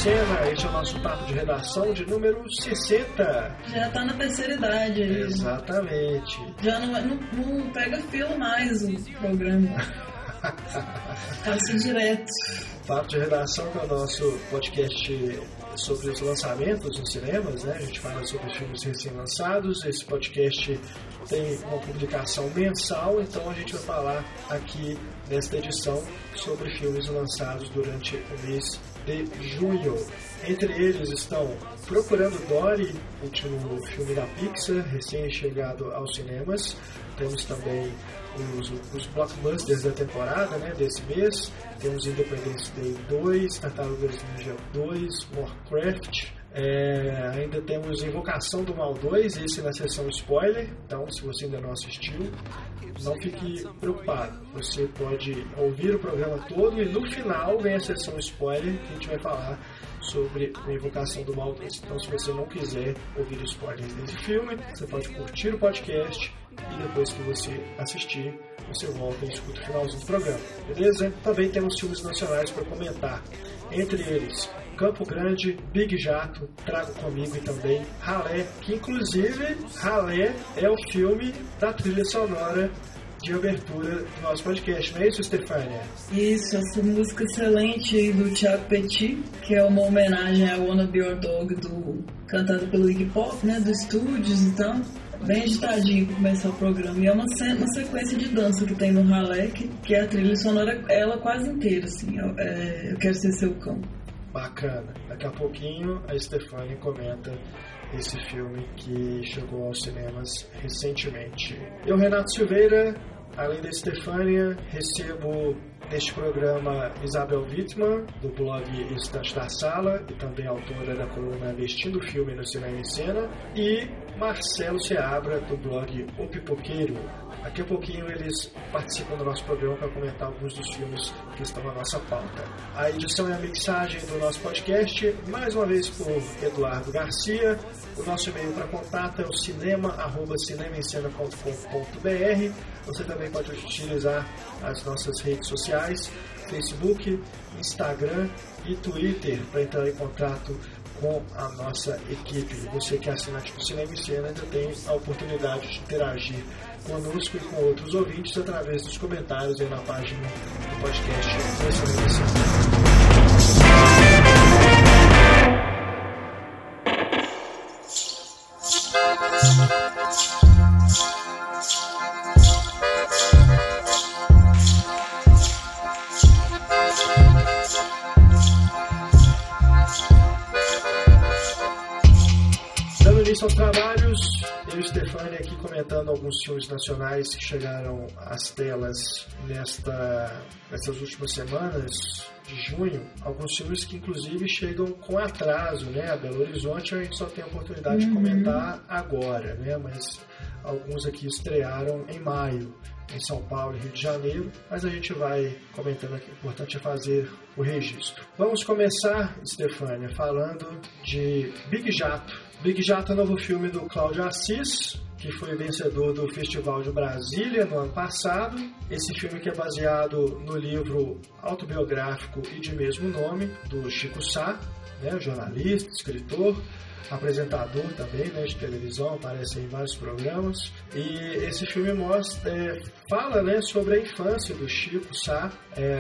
Cena, este é o nosso papo de redação de número 60. Já tá na terceira idade aí. Exatamente. Já não pega fila mais o programa. Passa direto. Papo de redação, que é o nosso podcast sobre os lançamentos nos cinemas, né? A gente fala sobre filmes recém-lançados. Esse podcast tem uma publicação mensal, então a gente vai falar aqui nesta edição sobre filmes lançados durante o mês de junho. Entre eles estão Procurando Dory, último filme da Pixar, recém-chegado aos cinemas. Temos também os blockbusters da temporada, né, desse mês. Temos Independence Day 2, Tartarugas Ninja 2, Warcraft. Ainda temos Invocação do Mal 2, esse na seção spoiler. Então, se você ainda não assistiu, não fique preocupado. Você pode ouvir o programa todo e no final vem a seção spoiler que a gente vai falar sobre a Invocação do Mal 2. Então, se você não quiser ouvir spoilers desse filme, você pode curtir o podcast e depois que você assistir, você volta e escuta o finalzinho do programa, beleza? Também temos filmes nacionais para comentar. Entre eles, Campo Grande, Big Jato, Trago Comigo e também Ralé, que inclusive Ralé é o filme da trilha sonora de abertura do nosso podcast, não é isso, Stefania? Isso, essa música excelente aí do Thiago Petit, que é uma homenagem a Wanna Be Your Dog, cantada pelo Iggy Pop, né, do Estúdios e tal. Bem agitadinho para começar o programa. E é uma sequência de dança que tem no Ralé, que é a trilha sonora, ela quase inteira, assim. Eu Quero Ser Seu Cão. Bacana. Daqui a pouquinho a Stefania comenta esse filme que chegou aos cinemas recentemente. Eu, Renato Silveira, além da Stefania, recebo neste programa Isabel Wittmann, do blog Estante da Sala, e também autora da coluna Vestindo Filme no Cinema em Cena, e Marcelo Seabra, do blog O Pipoqueiro. Daqui a pouquinho eles participam do nosso programa para comentar alguns dos filmes que estão na nossa pauta. A edição e a mixagem do nosso podcast, mais uma vez por Eduardo Garcia. O nosso e-mail para contato é o cinema@cinemaencena.com.br. Você também pode utilizar as nossas redes sociais, Facebook, Instagram e Twitter, para entrar em contato com a nossa equipe. Você que é assinante do Cinema em Cena ainda tem a oportunidade de interagir conosco e com outros ouvintes através dos comentários aí na página do podcast do Cinema em Cena. Aos trabalhos, eu e Stefania aqui comentando alguns filmes nacionais que chegaram às telas nessas últimas semanas de junho. Alguns filmes que inclusive chegam com atraso, né? A Belo Horizonte a gente só tem a oportunidade de comentar agora, né? Mas alguns aqui estrearam em maio, em São Paulo e Rio de Janeiro, mas a gente vai comentando aqui. O importante é fazer o registro. Vamos começar, Stefania, falando de Big Jato. Big Jato é o novo filme do Cláudio Assis, que foi vencedor do Festival de Brasília no ano passado. Esse filme que é baseado no livro autobiográfico e de mesmo nome, do Chico Sá, né, jornalista, escritor, apresentador também, né, de televisão, aparece em vários programas. E esse filme fala, né, sobre a infância do Chico Sá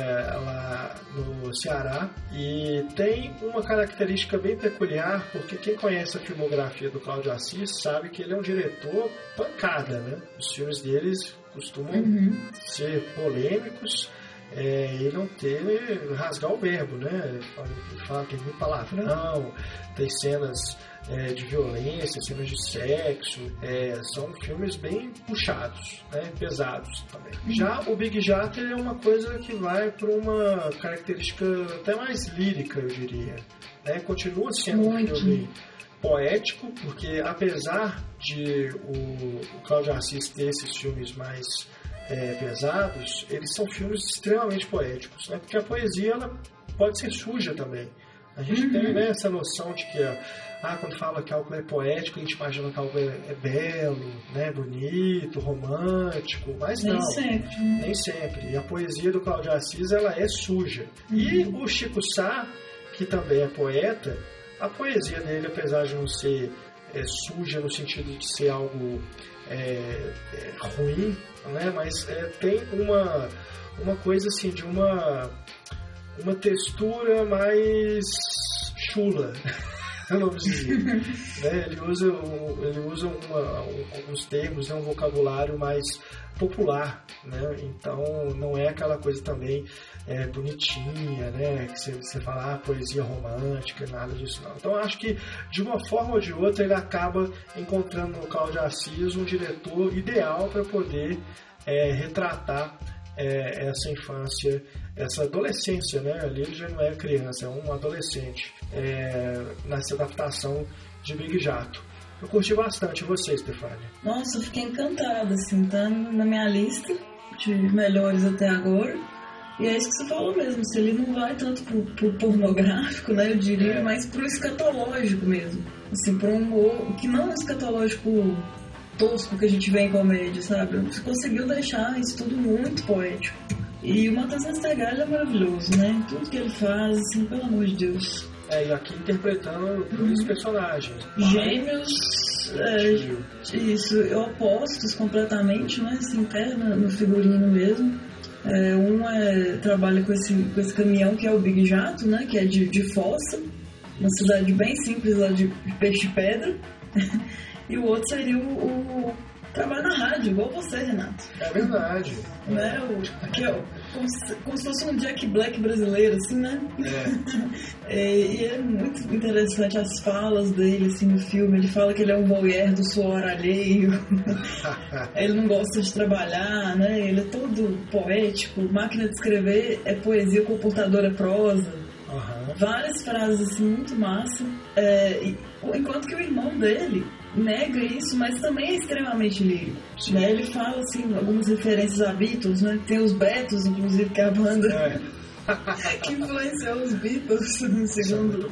lá no Ceará, e tem uma característica bem peculiar, porque quem conhece a filmografia do Cláudio Assis sabe que ele é um diretor pancada, né? Os filmes deles costumam ser polêmicos, e não rasgar o verbo, né? Fala, tem muito palavrão, tem cenas de violência, cenas de sexo, são filmes bem puxados, né? Pesados também. Já o Big Jato é uma coisa que vai para uma característica até mais lírica, eu diria, né? Continua sendo um filme poético, porque apesar de o Cláudio Assis ter esses filmes mais pesados, eles são filmes extremamente poéticos, né? Porque a poesia ela pode ser suja também. A gente tem, né, essa noção de que quando fala que algo é poético, a gente imagina que algo é belo, né, bonito, romântico, mas não. Nem sempre. E a poesia do Cláudio Assis ela é suja. E o Chico Sá, que também é poeta, a poesia dele, apesar de não ser suja no sentido de ser algo ruim, né? Mas tem uma coisa assim de uma textura mais chula, vamos dizer. Né? Ele usa alguns termos, né? Um vocabulário mais popular, né? Então não é aquela coisa também bonitinha, né? Que você fala poesia romântica, nada disso não. Então acho que de uma forma ou de outra ele acaba encontrando no Cláudio Assis um diretor ideal para poder retratar essa infância, essa adolescência, né? Ali ele já não é criança, é um adolescente nessa adaptação de Big Jato. Eu curti bastante. E você, Stefania? Nossa, eu fiquei encantada, assim, tá na minha lista de melhores até agora. E é isso que você falou mesmo, se ele não vai tanto pro pornográfico, né, eu diria, mas pro escatológico mesmo. Assim, pro humor, que não é escatológico tosco que a gente vê em comédia, sabe? Você conseguiu deixar isso tudo muito poético. E o Matheus Nastergalli é maravilhoso, né? Tudo que ele faz, assim, pelo amor de Deus. E aqui interpretando dois personagens. Gêmeos, isso, opostos completamente, né? Se interna no figurino mesmo. Trabalha com esse caminhão que é o Big Jato, né? Que é de Fossa, uma cidade bem simples lá de Peixe-Pedra. E o outro seria o trabalho na rádio, igual você, Renato. É verdade. Né? Como se fosse um Jack Black brasileiro, assim, né? E é muito interessante as falas dele, assim, no filme. Ele fala que ele é um voyeur do suor alheio. Ele não gosta de trabalhar, né? Ele é todo poético. Máquina de escrever é poesia, computador é prosa. Várias frases, assim, muito massa. Enquanto que o irmão dele nega isso, mas também é extremamente lírico, né? Ele fala, assim, algumas referências a Beatles, né? Tem os Beatles, inclusive, que é a banda que influenciou os Beatles no segundo.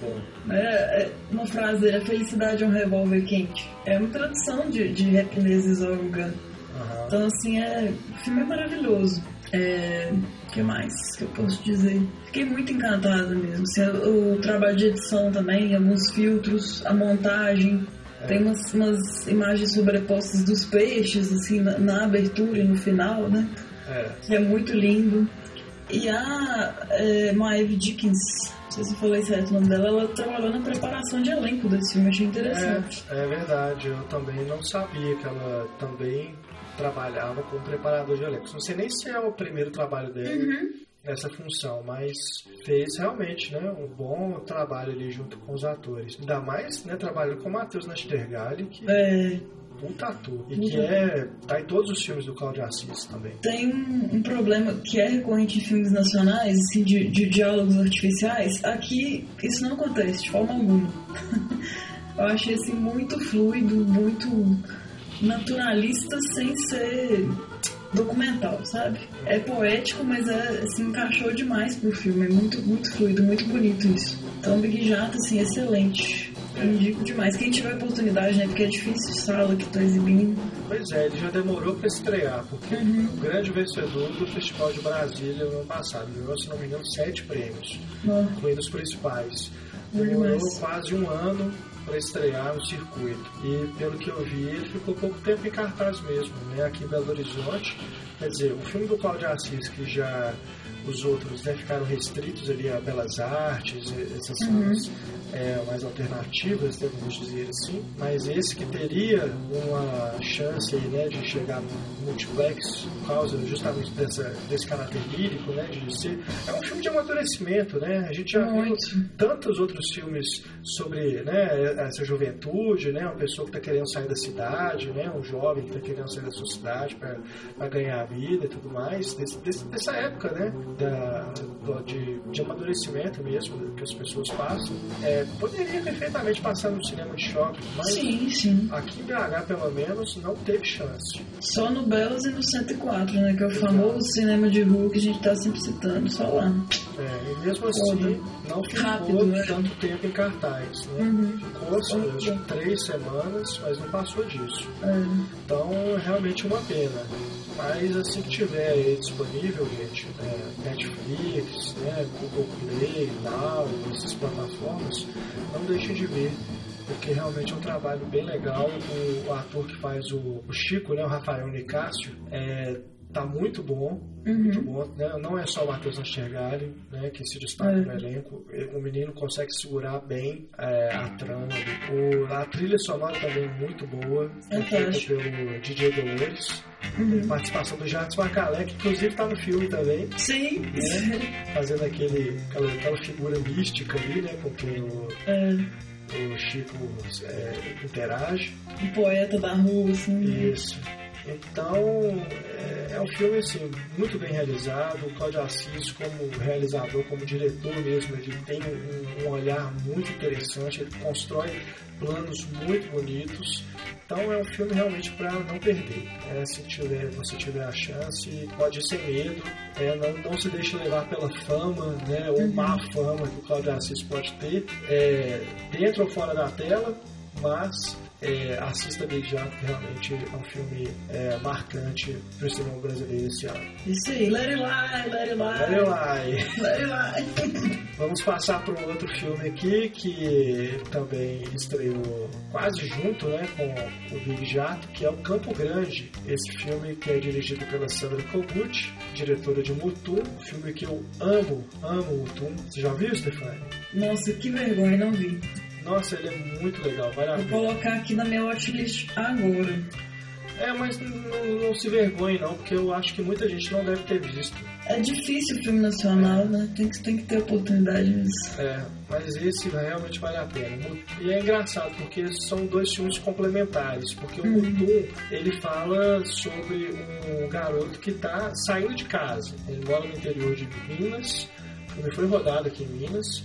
Uma frase dele, a felicidade é um revólver quente. É uma tradução de Happiness is All You Got. Então, assim, o filme é maravilhoso. O que mais que eu posso dizer? Fiquei muito encantada mesmo. Assim, o trabalho de edição também, alguns filtros, a montagem. Tem umas imagens sobrepostas dos peixes, assim, na abertura e no final, né? É muito lindo. E a Maeve Dickens, não sei se eu falei certo o nome dela, ela trabalhou na preparação de elenco desse filme, achei interessante. É verdade, eu também não sabia que ela também trabalhava como preparador de elenco. Não sei nem se é o primeiro trabalho dela nessa função, mas fez realmente, né, um bom trabalho ali junto com os atores. Ainda mais, né, trabalhando com o Matheus Nastergalli, que puta ator. E que tá em todos os filmes do Cláudio Assis também. Tem um problema que é recorrente em filmes nacionais, assim, de diálogos artificiais. Aqui isso não acontece de forma alguma. Eu achei assim muito fluido, muito naturalista sem ser documental, sabe? É poético, mas assim, encaixou demais pro filme. É muito, muito fluido, muito bonito isso. Então, Big Jato, assim, excelente. Eu indico demais. Quem tiver oportunidade, né? Porque é difícil sala que tá exibindo. Pois é, ele já demorou para estrear, porque o grande vencedor do Festival de Brasília no ano passado ganhou, se não me engano, 7 prêmios, incluindo os principais. Demorou quase um ano para estrear no circuito. E pelo que eu vi, ele ficou pouco tempo em cartaz mesmo, né? Aqui em Belo Horizonte. Quer dizer, o filme do Cláudio Assis, que já os outros, né, ficaram restritos ali a Belas Artes, essas salas mais alternativas, vamos dizer assim, mas esse que teria uma chance aí, né, de chegar no multiplex por causa justamente desse caráter lírico, né, de ser, é um filme de amadurecimento, né? A gente já viu tantos outros filmes sobre, né, essa juventude, né, uma pessoa que está querendo sair da cidade, né, um jovem que está querendo sair da sua cidade para ganhar a vida e tudo mais, dessa época, né, de amadurecimento mesmo que as pessoas passam. Poderia perfeitamente passar no cinema de shopping, mas sim. Aqui em BH, pelo menos, não teve chance. Só no Belas e no 104, né, que é o famoso cinema de rua que a gente está sempre citando, só lá. E mesmo assim, não ficou tanto tempo em cartaz, né? Ficou 3 semanas, mas não passou disso. Então, realmente uma pena. Mas assim que tiver aí disponível, gente, Netflix, né, Google Play, Now, essas plataformas, não deixem de ver, porque realmente é um trabalho bem legal. O ator que faz o Chico, né, o Rafael Nicásio, tá muito bom, muito bom, né? Não é só o Matheus Nastergalli, né, que se destaca no elenco. O menino consegue segurar bem a trama. A trilha sonora também é muito boa, feita pelo DJ Dolores. Participação do Jardim Macalé, que inclusive está no filme também. Sim. Né? Fazendo aquela figura mística ali, né, com quem o Chico interage. O poeta da rua, assim. Isso. Então, é um filme assim, muito bem realizado. O Cláudio Assis, como realizador, como diretor mesmo, ele tem um olhar muito interessante, ele constrói planos muito bonitos. Então é um filme realmente para não perder. Se você tiver a chance, pode ir sem medo, não se deixe levar pela fama, né, ou má fama que o Cláudio Assis pode ter, dentro ou fora da tela, mas assista Big Jato, que realmente é um filme marcante para o cinema brasileiro esse ano. Isso aí, let it lie, let it lie. Let it lie. Let it lie. Vamos passar para um outro filme aqui que também estreou quase junto, né, com o Big Jato, que é o Campo Grande. Esse filme que é dirigido pela Sandra Kogut, diretora de Mutum, um filme que eu amo Mutum. Você já viu, Stefani? Nossa, que vergonha, não vi. Nossa, ele é muito legal, vale a pena. Vou colocar aqui na minha watchlist agora. Mas não se vergonhe não, porque eu acho que muita gente não deve ter visto. É difícil o filme nacional, né? Tem que ter oportunidade nisso. Mas esse realmente vale a pena. E é engraçado, porque são dois filmes complementares. Porque o Mutum, ele fala sobre um garoto que está saindo de casa. Ele mora no interior de Minas. O filme foi rodado aqui em Minas.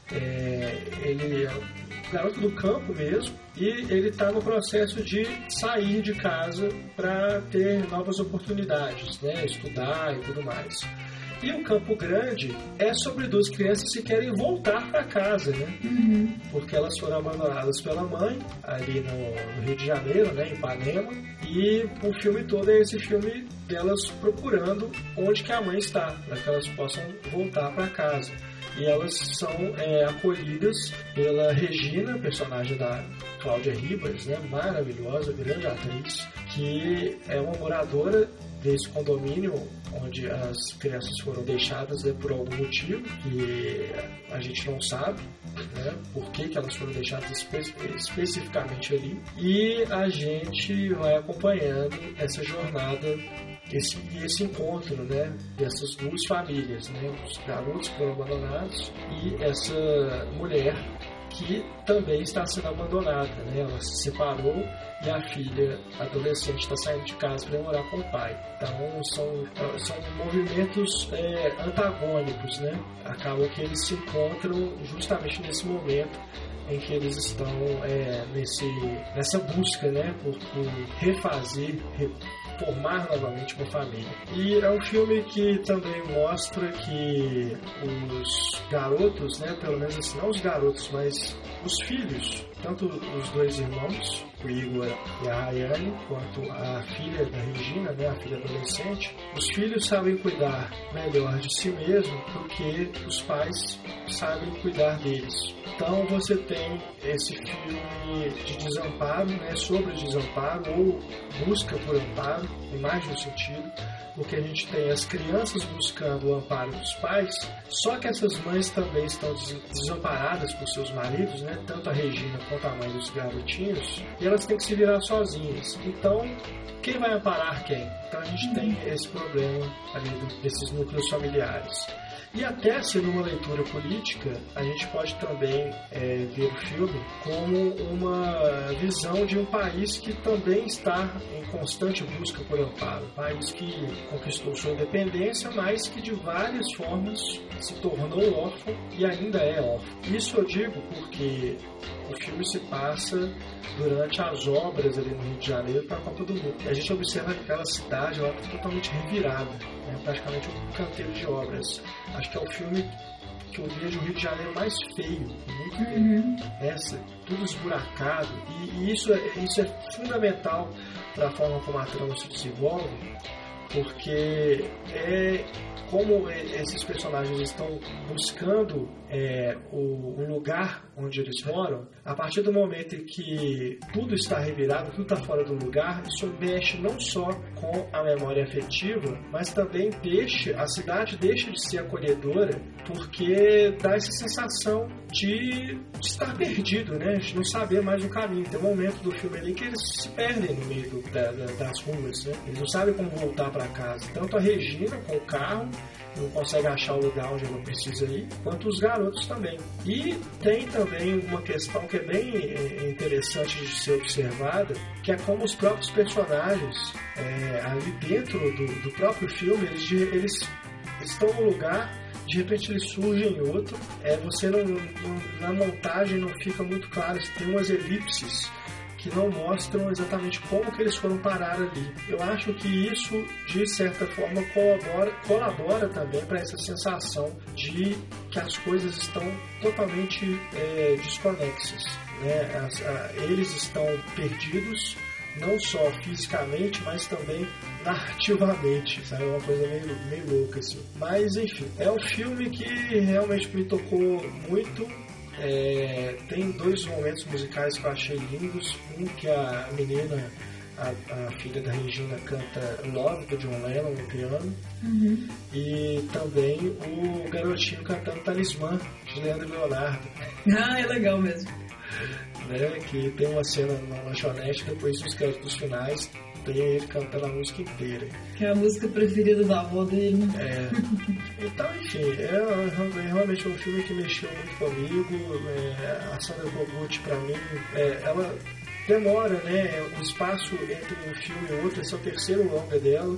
Ele é um garoto do campo mesmo, e ele está no processo de sair de casa para ter novas oportunidades, né? Estudar e tudo mais. E o Campo Grande é sobre duas crianças que querem voltar para casa, né? Porque elas foram abandonadas pela mãe ali no Rio de Janeiro, né? Em Ipanema. E o filme todo é esse filme delas procurando onde que a mãe está, para que elas possam voltar para casa. E elas são acolhidas pela Regina, personagem da Cláudia Ribas, né? Maravilhosa, grande atriz, que é uma moradora desse condomínio onde as crianças foram deixadas, né, por algum motivo que a gente não sabe, né, por que elas foram deixadas especificamente ali, e a gente vai acompanhando essa jornada, esse encontro, né, dessas duas famílias, né, os garotos que foram abandonados e essa mulher que também está sendo abandonada, né? Ela se separou e a filha adolescente está saindo de casa para morar com o pai. Então são movimentos antagônicos, né? Acaba que eles se encontram justamente nesse momento em que eles estão nessa busca, né, por formar novamente uma família. E é um filme que também mostra que os garotos, né, pelo menos assim, não os garotos, mas os filhos, tanto os dois irmãos, o Igor e a Rayane, quanto a filha da Regina, né, a filha adolescente, os filhos sabem cuidar melhor de si mesmo do que os pais sabem cuidar deles. Então você tem esse filme de desamparo, né, sobre desamparo ou busca por amparo, em mais de um sentido, porque a gente tem as crianças buscando o amparo dos pais, só que essas mães também estão desamparadas por seus maridos, né, tanto a Regina quanto a mãe dos garotinhos, e elas têm que se virar sozinhas. Então, quem vai amparar quem? Então a gente tem esse problema ali desses núcleos familiares. E até sendo uma leitura política, a gente pode também ver o filme como uma visão de um país que também está em constante busca por amparo. Um país que conquistou sua independência, mas que de várias formas se tornou órfão e ainda é órfão. Isso eu digo porque o filme se passa durante as obras ali no Rio de Janeiro para a Copa do Mundo. A gente observa que aquela cidade ela está totalmente revirada, né? Praticamente um canteiro de obras. Acho que é o filme que eu vejo o Rio de Janeiro mais feio, muito feio. Tudo esburacado. E isso é fundamental para a forma como a trama se desenvolve, porque é como esses personagens estão buscando um lugar onde eles moram, a partir do momento em que tudo está revirado, tudo está fora do lugar, isso mexe não só com a memória afetiva, mas também a cidade deixa de ser acolhedora, porque dá essa sensação de estar perdido, né? De não saber mais o caminho. Tem um momento do filme ali que eles se perdem no meio das ruas, né? Eles não sabem como voltar para casa. Tanto a Regina com o carro não consegue achar o lugar onde ela precisa ir, quanto os garotos também. E tem também uma questão que é bem interessante de ser observada, que é como os próprios personagens ali dentro do próprio filme, eles estão num lugar, de repente eles surgem em outro. Você na montagem não fica muito claro, tem umas elipses que não mostram exatamente como que eles foram parar ali. Eu acho que isso, de certa forma, colabora também para essa sensação de que as coisas estão totalmente desconexas, né? Eles estão perdidos, não só fisicamente, mas também narrativamente, sabe? É uma coisa meio louca, assim. Mas, enfim, é um filme que realmente me tocou muito. Tem 2 momentos musicais que eu achei lindos. Um que a menina, a filha da Regina, canta Love, do John Lennon, no piano. Uhum. E também o garotinho cantando Talismã, de Leandro e Leonardo. Ah, é legal mesmo. Né? Que tem uma cena na lanchonete, depois dos créditos finais, tem ele cantando a música inteira. Que é a música preferida da avó dele. Então, enfim, é realmente um filme que mexeu muito comigo. A Sandra Kogut, pra mim, ela demora, né? O espaço entre um filme e outro, esse é o 3º longa dela.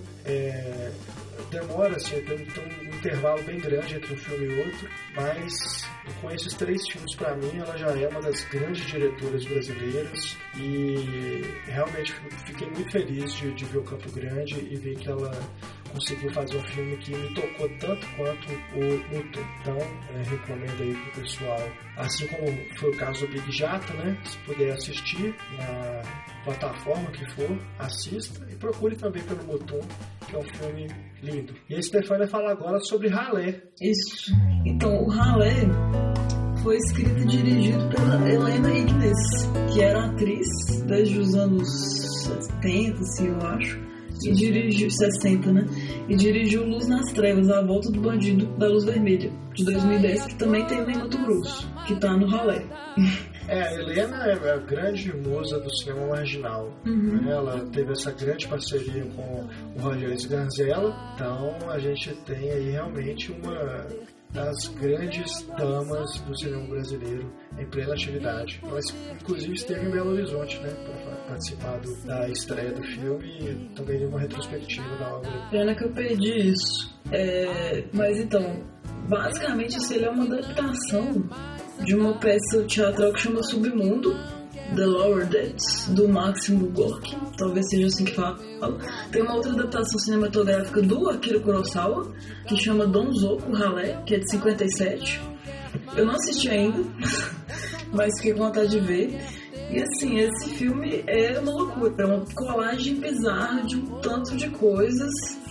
Demora, assim, tem um intervalo bem grande entre um filme e outro, mas com esses 3 filmes, pra mim, ela já é uma das grandes diretoras brasileiras, e realmente fiquei muito feliz de ver o Campo Grande e ver que ela conseguiu fazer um filme que me tocou tanto quanto o Mutum. Então, recomendo aí pro pessoal, assim como foi o caso do Big Jata, né? Se puder assistir na plataforma que for, assista, e procure também pelo Mutum, que é um filme lindo. E a Stefania fala agora sobre Ralé. Isso. Então, o Ralé foi escrito e dirigido pela Helena Ignes, que era atriz desde os anos 70, assim, eu acho. E dirigiu 60, né? E dirigiu Luz nas Trevas, A Volta do Bandido da Luz Vermelha, de 2010, que também tem em Mato Grosso, que tá no Ralé. A Helena é a grande musa do cinema marginal. Uhum. Ela teve essa grande parceria com o Rogério Sganzella. Então a gente tem aí realmente uma das grandes damas do cinema brasileiro em plena atividade. Ela, inclusive, esteve em Belo Horizonte, né, para participar da estreia do filme e também de uma retrospectiva da obra. Pena que eu perdi isso. Mas então, basicamente isso é uma adaptação de uma peça teatral que chama Submundo, The Lower Depths, do Máximo Gorki, talvez seja assim que fala. Tem uma outra adaptação cinematográfica do Akira Kurosawa, que chama Donzoku Ralé, que é de 57. Eu não assisti ainda, mas fiquei com vontade de ver. E assim, esse filme é uma loucura, é uma colagem bizarra de um tanto de coisas.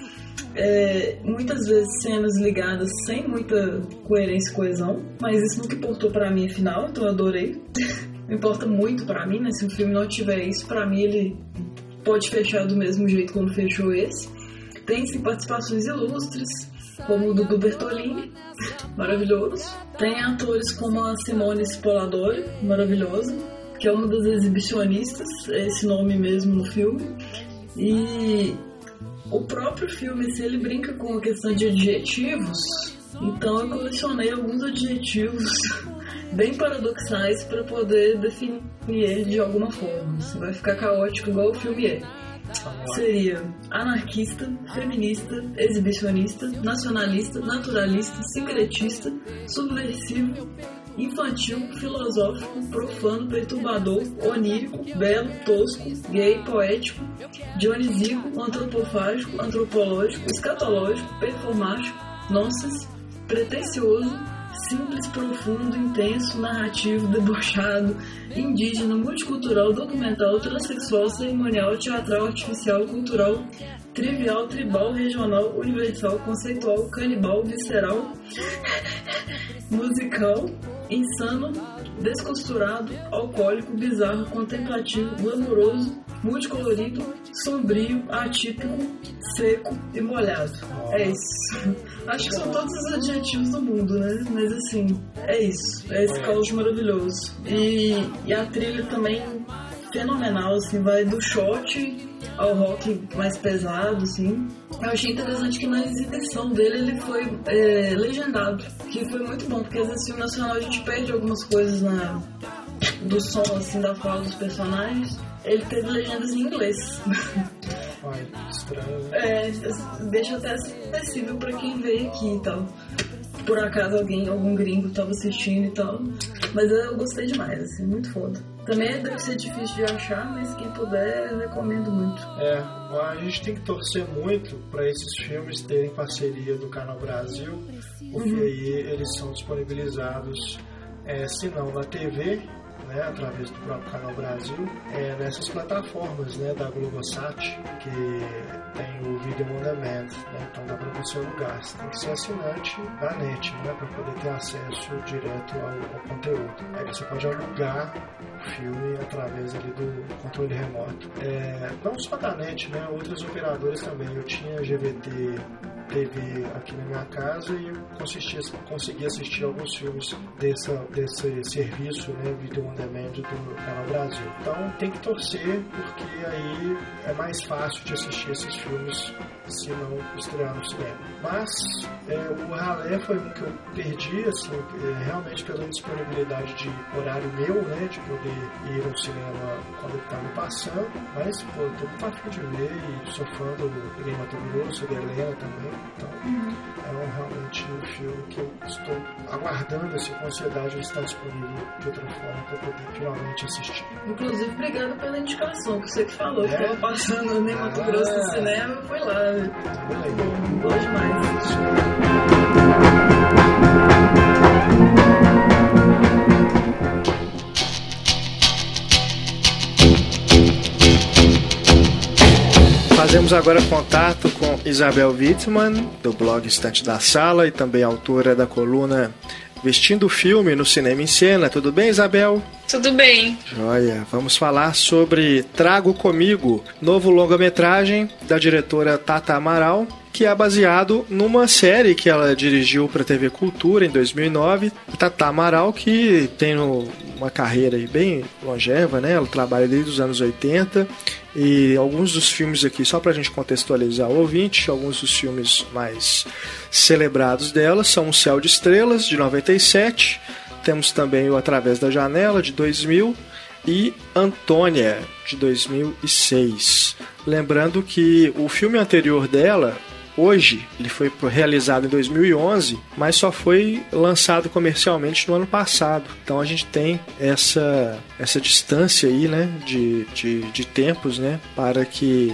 Muitas vezes cenas ligadas sem muita coerência e coesão, mas isso nunca importou pra mim afinal, então eu adorei. Não importa muito pra mim, né? Se o filme não tiver isso, pra mim ele pode fechar do mesmo jeito como fechou esse. Tem sim participações ilustres, como o Dudu Bertolini, maravilhoso. Tem atores como a Simone Spoladori, maravilhosa, que é uma das exibicionistas, é esse nome mesmo no filme. E o próprio filme, se ele brinca com a questão de adjetivos, então eu colecionei alguns adjetivos bem paradoxais para poder definir ele de alguma forma. Você vai ficar caótico igual o filme é. Seria anarquista, feminista, exibicionista, nacionalista, naturalista, sincretista, subversivo, infantil, filosófico, profano, perturbador, onírico, belo, tosco, gay, poético, dionisíaco, antropofágico, antropológico, escatológico, performático, nonsense, pretencioso, simples, profundo, intenso, narrativo, debochado, indígena, multicultural, documental, transexual, cerimonial, teatral, artificial, cultural, trivial, tribal, regional, universal, conceitual, canibal, visceral, musical, insano, descosturado, alcoólico, bizarro, contemplativo, glamouroso, multicolorido, sombrio, atípico, seco e molhado. É isso. Acho que são todos os adjetivos do mundo, né? Mas assim, é isso. É esse caos maravilhoso. E a trilha também fenomenal, assim, vai do shot ao rock mais pesado, assim. Eu achei interessante que na exibição dele ele foi legendado, que foi muito bom, porque às vezes no nacional a gente perde algumas coisas do som, assim, da fala dos personagens. Ele teve legendas em inglês. Ai, estranho. Deixa até acessível pra quem veio aqui e tal. Por acaso algum gringo tava assistindo e tal. Mas eu gostei demais, assim, muito foda. Também deve ser difícil de achar, mas quem puder, eu recomendo muito. A gente tem que torcer muito para esses filmes terem parceria do Canal Brasil, porque aí eles são disponibilizados, se não na TV, né, através do próprio Canal Brasil, nessas plataformas, né, da Globosat, que tem o Video On Demand, né, então dá para você alugar. Você tem que ser assinante da NET, né, para poder ter acesso direto ao conteúdo. Aí você pode alugar o filme através ali do controle remoto. Não só da NET, né, outras operadoras também. Eu tinha GVT TV aqui na minha casa e eu consegui assistir alguns filmes desse serviço, né, Video On Demand do Canal Brasil. Então tem que torcer, porque aí é mais fácil de assistir esses filmes se não estrear no cinema. Mas o Ralé foi um que eu perdi, assim, realmente pela disponibilidade de horário meu, né, de poder ir ao cinema quando ele estava passando. Mas, pô, eu tô muito afim de ver e sou fã do Guilherme Mato Grosso, da Helena também. Então, realmente um filme que eu estou aguardando, assim, com ansiedade, ele está disponível de outra forma para poder finalmente assistir. Inclusive, obrigado pela indicação, que você que falou, que estava passando no Mato Grosso no cinema, foi lá. Bom demais. Fazemos agora contato com Isabel Wittmann, do blog Estante da Sala e também autora da coluna Vestindo o Filme no Cinema em Cena. Tudo bem, Isabel? Tudo bem. Joia. Vamos falar sobre Trago Comigo, novo longa-metragem da diretora Tata Amaral, que é baseado numa série que ela dirigiu para a TV Cultura em 2009. Tata Amaral, que tem uma carreira aí bem longeva, né? Ela trabalha desde os anos 80 e alguns dos filmes aqui, só para a gente contextualizar o ouvinte, alguns dos filmes mais celebrados dela são O Céu de Estrelas, de 97, temos também o Através da Janela, de 2000 e Antônia, de 2006. Lembrando que o filme anterior dela, Hoje, ele foi realizado em 2011, mas só foi lançado comercialmente no ano passado. Então a gente tem essa distância aí, né, de tempos, né, para que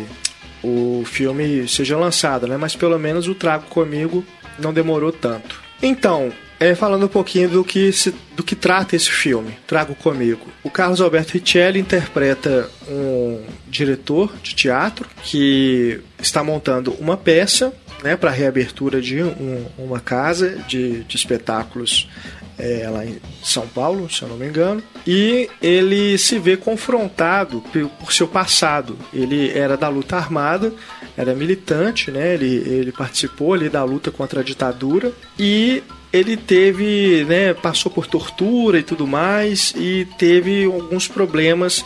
o filme seja lançado, né, mas pelo menos o Trago Comigo não demorou tanto. Então, falando um pouquinho do que trata esse filme, Trago Comigo. O Carlos Alberto Richelli interpreta um diretor de teatro que está montando uma peça, né, para a reabertura de uma casa de espetáculos lá em São Paulo, se eu não me engano, e ele se vê confrontado por seu passado. Ele era da luta armada, era militante, né, ele participou ali da luta contra a ditadura e ele teve, né, passou por tortura e tudo mais e teve alguns problemas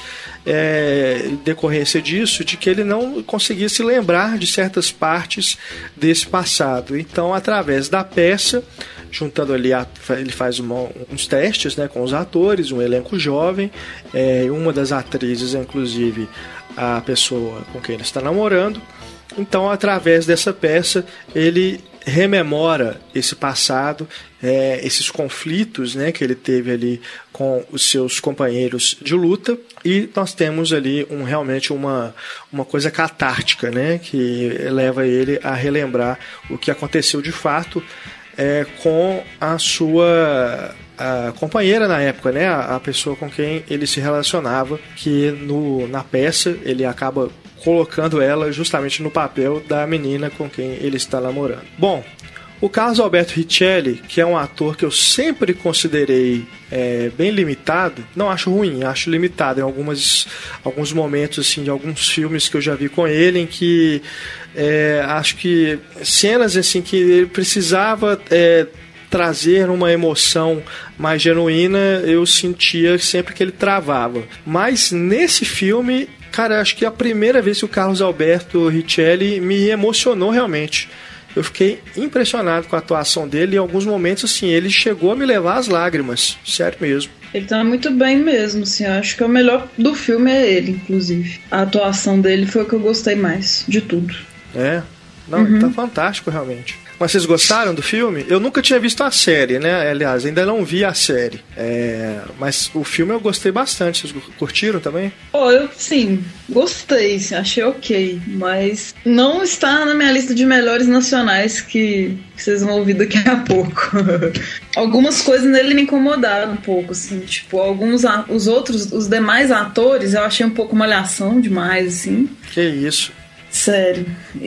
em decorrência disso, de que ele não conseguia se lembrar de certas partes desse passado. Então, através da peça, juntando ali, ele faz uns testes, né, com os atores, um elenco jovem, uma das atrizes, inclusive, a pessoa com quem ele está namorando. Então, através dessa peça, ele rememora esse passado, esses conflitos, né, que ele teve ali com os seus companheiros de luta, e nós temos ali realmente uma coisa catártica, né, que leva ele a relembrar o que aconteceu de fato com a sua companheira na época, né? A pessoa com quem ele se relacionava, que na peça ele acaba colocando ela justamente no papel da menina com quem ele está namorando. Bom, o Carlos Alberto Richelli, que é um ator que eu sempre considerei bem limitado, não acho ruim, acho limitado em alguns momentos assim, de alguns filmes que eu já vi com ele, em que acho que cenas assim, que ele precisava trazer uma emoção mais genuína, eu sentia sempre que ele travava. Mas nesse filme, cara, acho que é a primeira vez que o Carlos Alberto Richelli me emocionou realmente. Eu fiquei impressionado com a atuação dele. Em alguns momentos, assim, ele chegou a me levar às lágrimas. Sério mesmo. Ele tá muito bem mesmo, assim. Eu acho que o melhor do filme é ele, inclusive. A atuação dele foi o que eu gostei mais de tudo. Não, tá fantástico, realmente. Mas vocês gostaram do filme? Eu nunca tinha visto a série, né? Aliás, ainda não vi a série. Mas o filme eu gostei bastante. Vocês curtiram também? Eu, sim, gostei. Achei ok. Mas não está na minha lista de melhores nacionais que vocês vão ouvir daqui a pouco. Algumas coisas nele me incomodaram um pouco, assim. Tipo, os demais atores, eu achei um pouco malhação demais, assim. Que isso? Sério.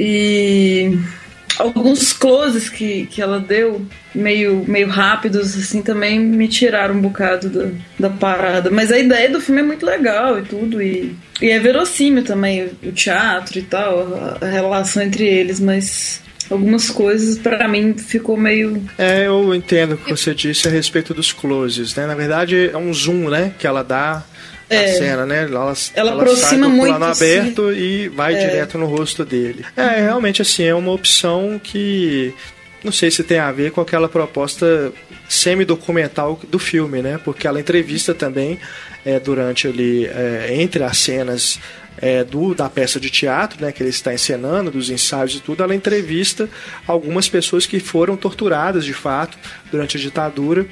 E alguns closes que ela deu, meio rápidos, assim, também me tiraram um bocado da parada. Mas a ideia do filme é muito legal e tudo, e é verossímil também o teatro e tal, a relação entre eles, mas algumas coisas pra mim ficou meio... eu entendo o que você disse a respeito dos closes, né? Na verdade é um zoom, né, que ela dá a cena, né? Ela aproxima sai do muito plano aberto e vai direto no rosto dele. Realmente, assim, é uma opção que não sei se tem a ver com aquela proposta semi-documental do filme, né? Porque ela entrevista também durante ali, entre as cenas da peça de teatro, né, que ele está encenando, dos ensaios e tudo, ela entrevista algumas pessoas que foram torturadas de fato durante a ditadura.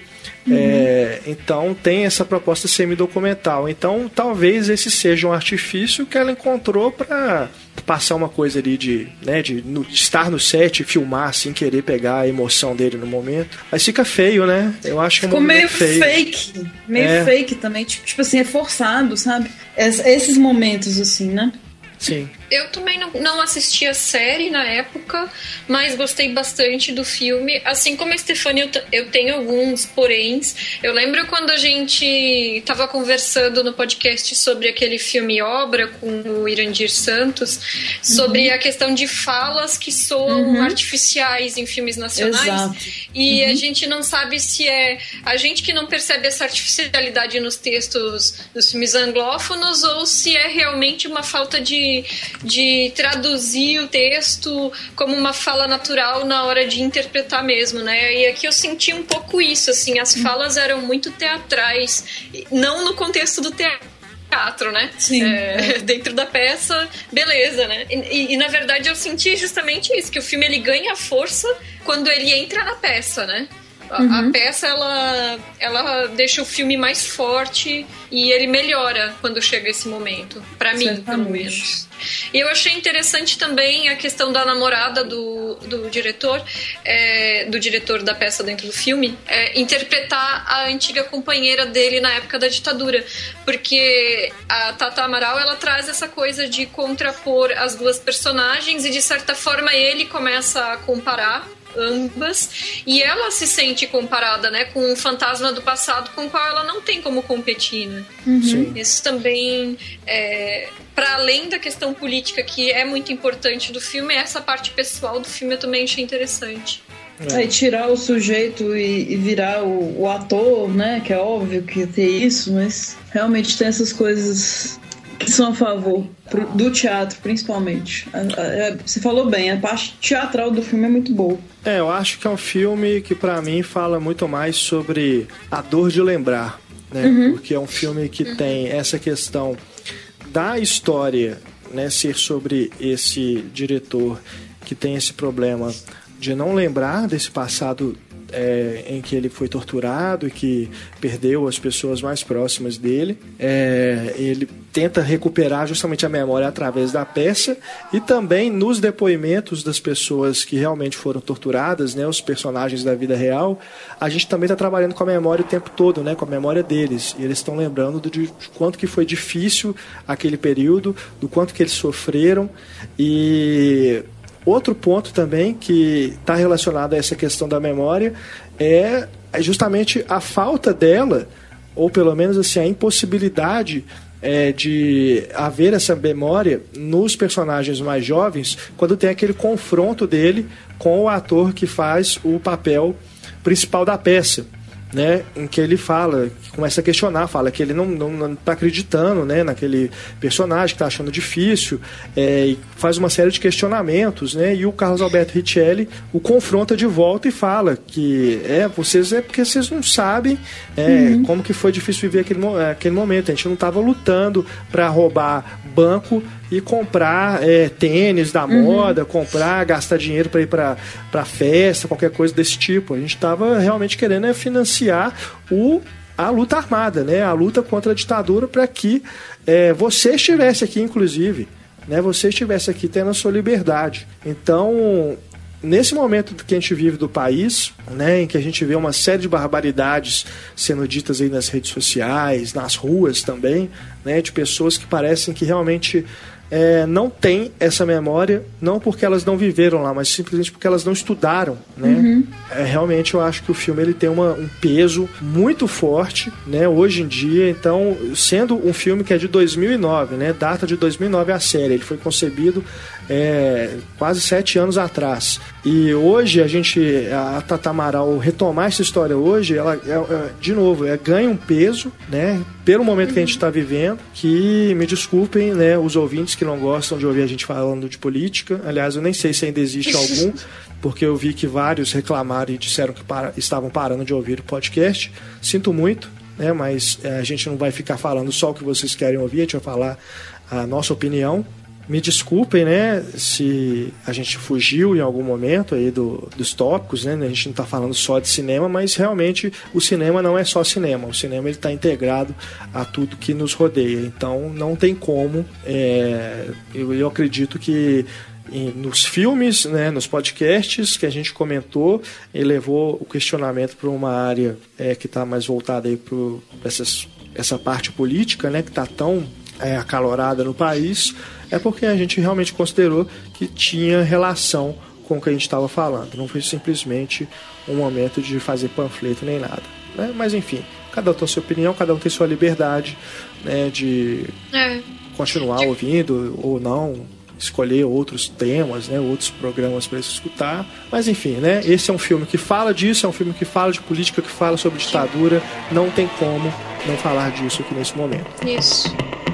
Então tem essa proposta semi-documental. Então talvez esse seja um artifício que ela encontrou para passar uma coisa ali de estar no set e filmar sem querer pegar a emoção dele no momento. Mas fica feio, né? Eu acho que ficou meio fake. Meio fake também. Tipo assim, é forçado, sabe? Esses momentos assim, né? Sim. Eu também não assisti a série na época, mas gostei bastante do filme. Assim como a Stefania, eu tenho alguns poréns. Eu lembro quando a gente tava conversando no podcast sobre aquele filme Obra com o Irandir Santos, sobre a questão de falas que soam artificiais em filmes nacionais. Exato. E a gente não sabe se é a gente que não percebe essa artificialidade nos textos dos filmes anglófonos ou se é realmente uma falta de traduzir o texto como uma fala natural na hora de interpretar mesmo, né? E aqui eu senti um pouco isso, assim, as falas eram muito teatrais, não no contexto do teatro, né? Sim. Dentro da peça, beleza, né? E na verdade eu senti justamente isso, que o filme ele ganha força quando ele entra na peça, né? A peça, ela deixa o filme mais forte e ele melhora quando chega esse momento. Pra mim, pelo menos. E eu achei interessante também a questão da namorada do diretor, do diretor da peça dentro do filme, interpretar a antiga companheira dele na época da ditadura. Porque a Tata Amaral, ela traz essa coisa de contrapor as duas personagens e, de certa forma, ele começa a comparar ambas, e ela se sente comparada, né, com um fantasma do passado com o qual ela não tem como competir, né? Isso também, para além da questão política, que é muito importante do filme, essa parte pessoal do filme eu também achei interessante. E tirar o sujeito e virar o ator, né, que é óbvio que tem isso, mas realmente tem essas coisas que são a favor do teatro, principalmente. Você falou bem, a parte teatral do filme é muito boa. Eu acho que é um filme que pra mim fala muito mais sobre a dor de lembrar, né? Porque é um filme que tem essa questão da história, né, ser sobre esse diretor que tem esse problema de não lembrar desse passado em que ele foi torturado e que perdeu as pessoas mais próximas dele. Ele tenta recuperar justamente a memória através da peça e também nos depoimentos das pessoas que realmente foram torturadas, né, os personagens da vida real. A gente também está trabalhando com a memória o tempo todo, né, com a memória deles. E eles estão lembrando de quanto que foi difícil aquele período, do quanto que eles sofreram. E outro ponto também que está relacionado a essa questão da memória é justamente a falta dela, ou pelo menos assim, a impossibilidade de haver essa memória nos personagens mais jovens quando tem aquele confronto dele com o ator que faz o papel principal da peça, né, em que ele fala, que começa a questionar, fala que ele não está acreditando, né, naquele personagem, que está achando difícil, e faz uma série de questionamentos, né, e o Carlos Alberto Richelli o confronta de volta e fala que porque vocês não sabem como que foi difícil viver aquele momento. A gente não estava lutando para roubar banco e comprar tênis da moda, gastar dinheiro para ir para festa, qualquer coisa desse tipo. A gente estava realmente querendo financiar a luta armada, né? A luta contra a ditadura, para que você estivesse aqui, inclusive, né? Você estivesse aqui tendo a sua liberdade. Então, nesse momento que a gente vive do país, né, em que a gente vê uma série de barbaridades sendo ditas aí nas redes sociais, nas ruas também, né, de pessoas que parecem que realmente não têm essa memória, não porque elas não viveram lá, mas simplesmente porque elas não estudaram, né? Realmente eu acho que o filme ele tem um peso muito forte, né, hoje em dia. Então, sendo um filme que é de 2009, né, data de 2009 a série, ele foi concebido quase 7 anos atrás. E hoje a Tata Amaral retomar essa história hoje, ela de novo ganha um peso, né, pelo momento que a gente está vivendo, que me desculpem, né, os ouvintes que não gostam de ouvir a gente falando de política. Aliás, eu nem sei se ainda existe algum, porque eu vi que vários reclamaram e disseram que estavam parando de ouvir o podcast. Sinto muito, né, mas a gente não vai ficar falando só o que vocês querem ouvir, a gente vai falar a nossa opinião. Me desculpem, né, se a gente fugiu em algum momento aí dos tópicos, né? A gente não está falando só de cinema, mas realmente o cinema não é só cinema. O cinema está integrado a tudo que nos rodeia. Então não tem como. Eu acredito que nos filmes, né, nos podcasts que a gente comentou, ele levou o questionamento para uma área que está mais voltada aí para essa parte política, né, que está tão acalorada no país. É porque a gente realmente considerou que tinha relação com o que a gente estava falando. Não foi simplesmente um momento de fazer panfleto nem nada, né? Mas enfim, cada um tem sua opinião, cada um tem sua liberdade, né, de continuar ouvindo ou não, escolher outros temas, né, outros programas para escutar. Mas enfim, né, esse é um filme que fala disso, é um filme que fala de política, que fala sobre ditadura. Não tem como não falar disso aqui nesse momento. Isso.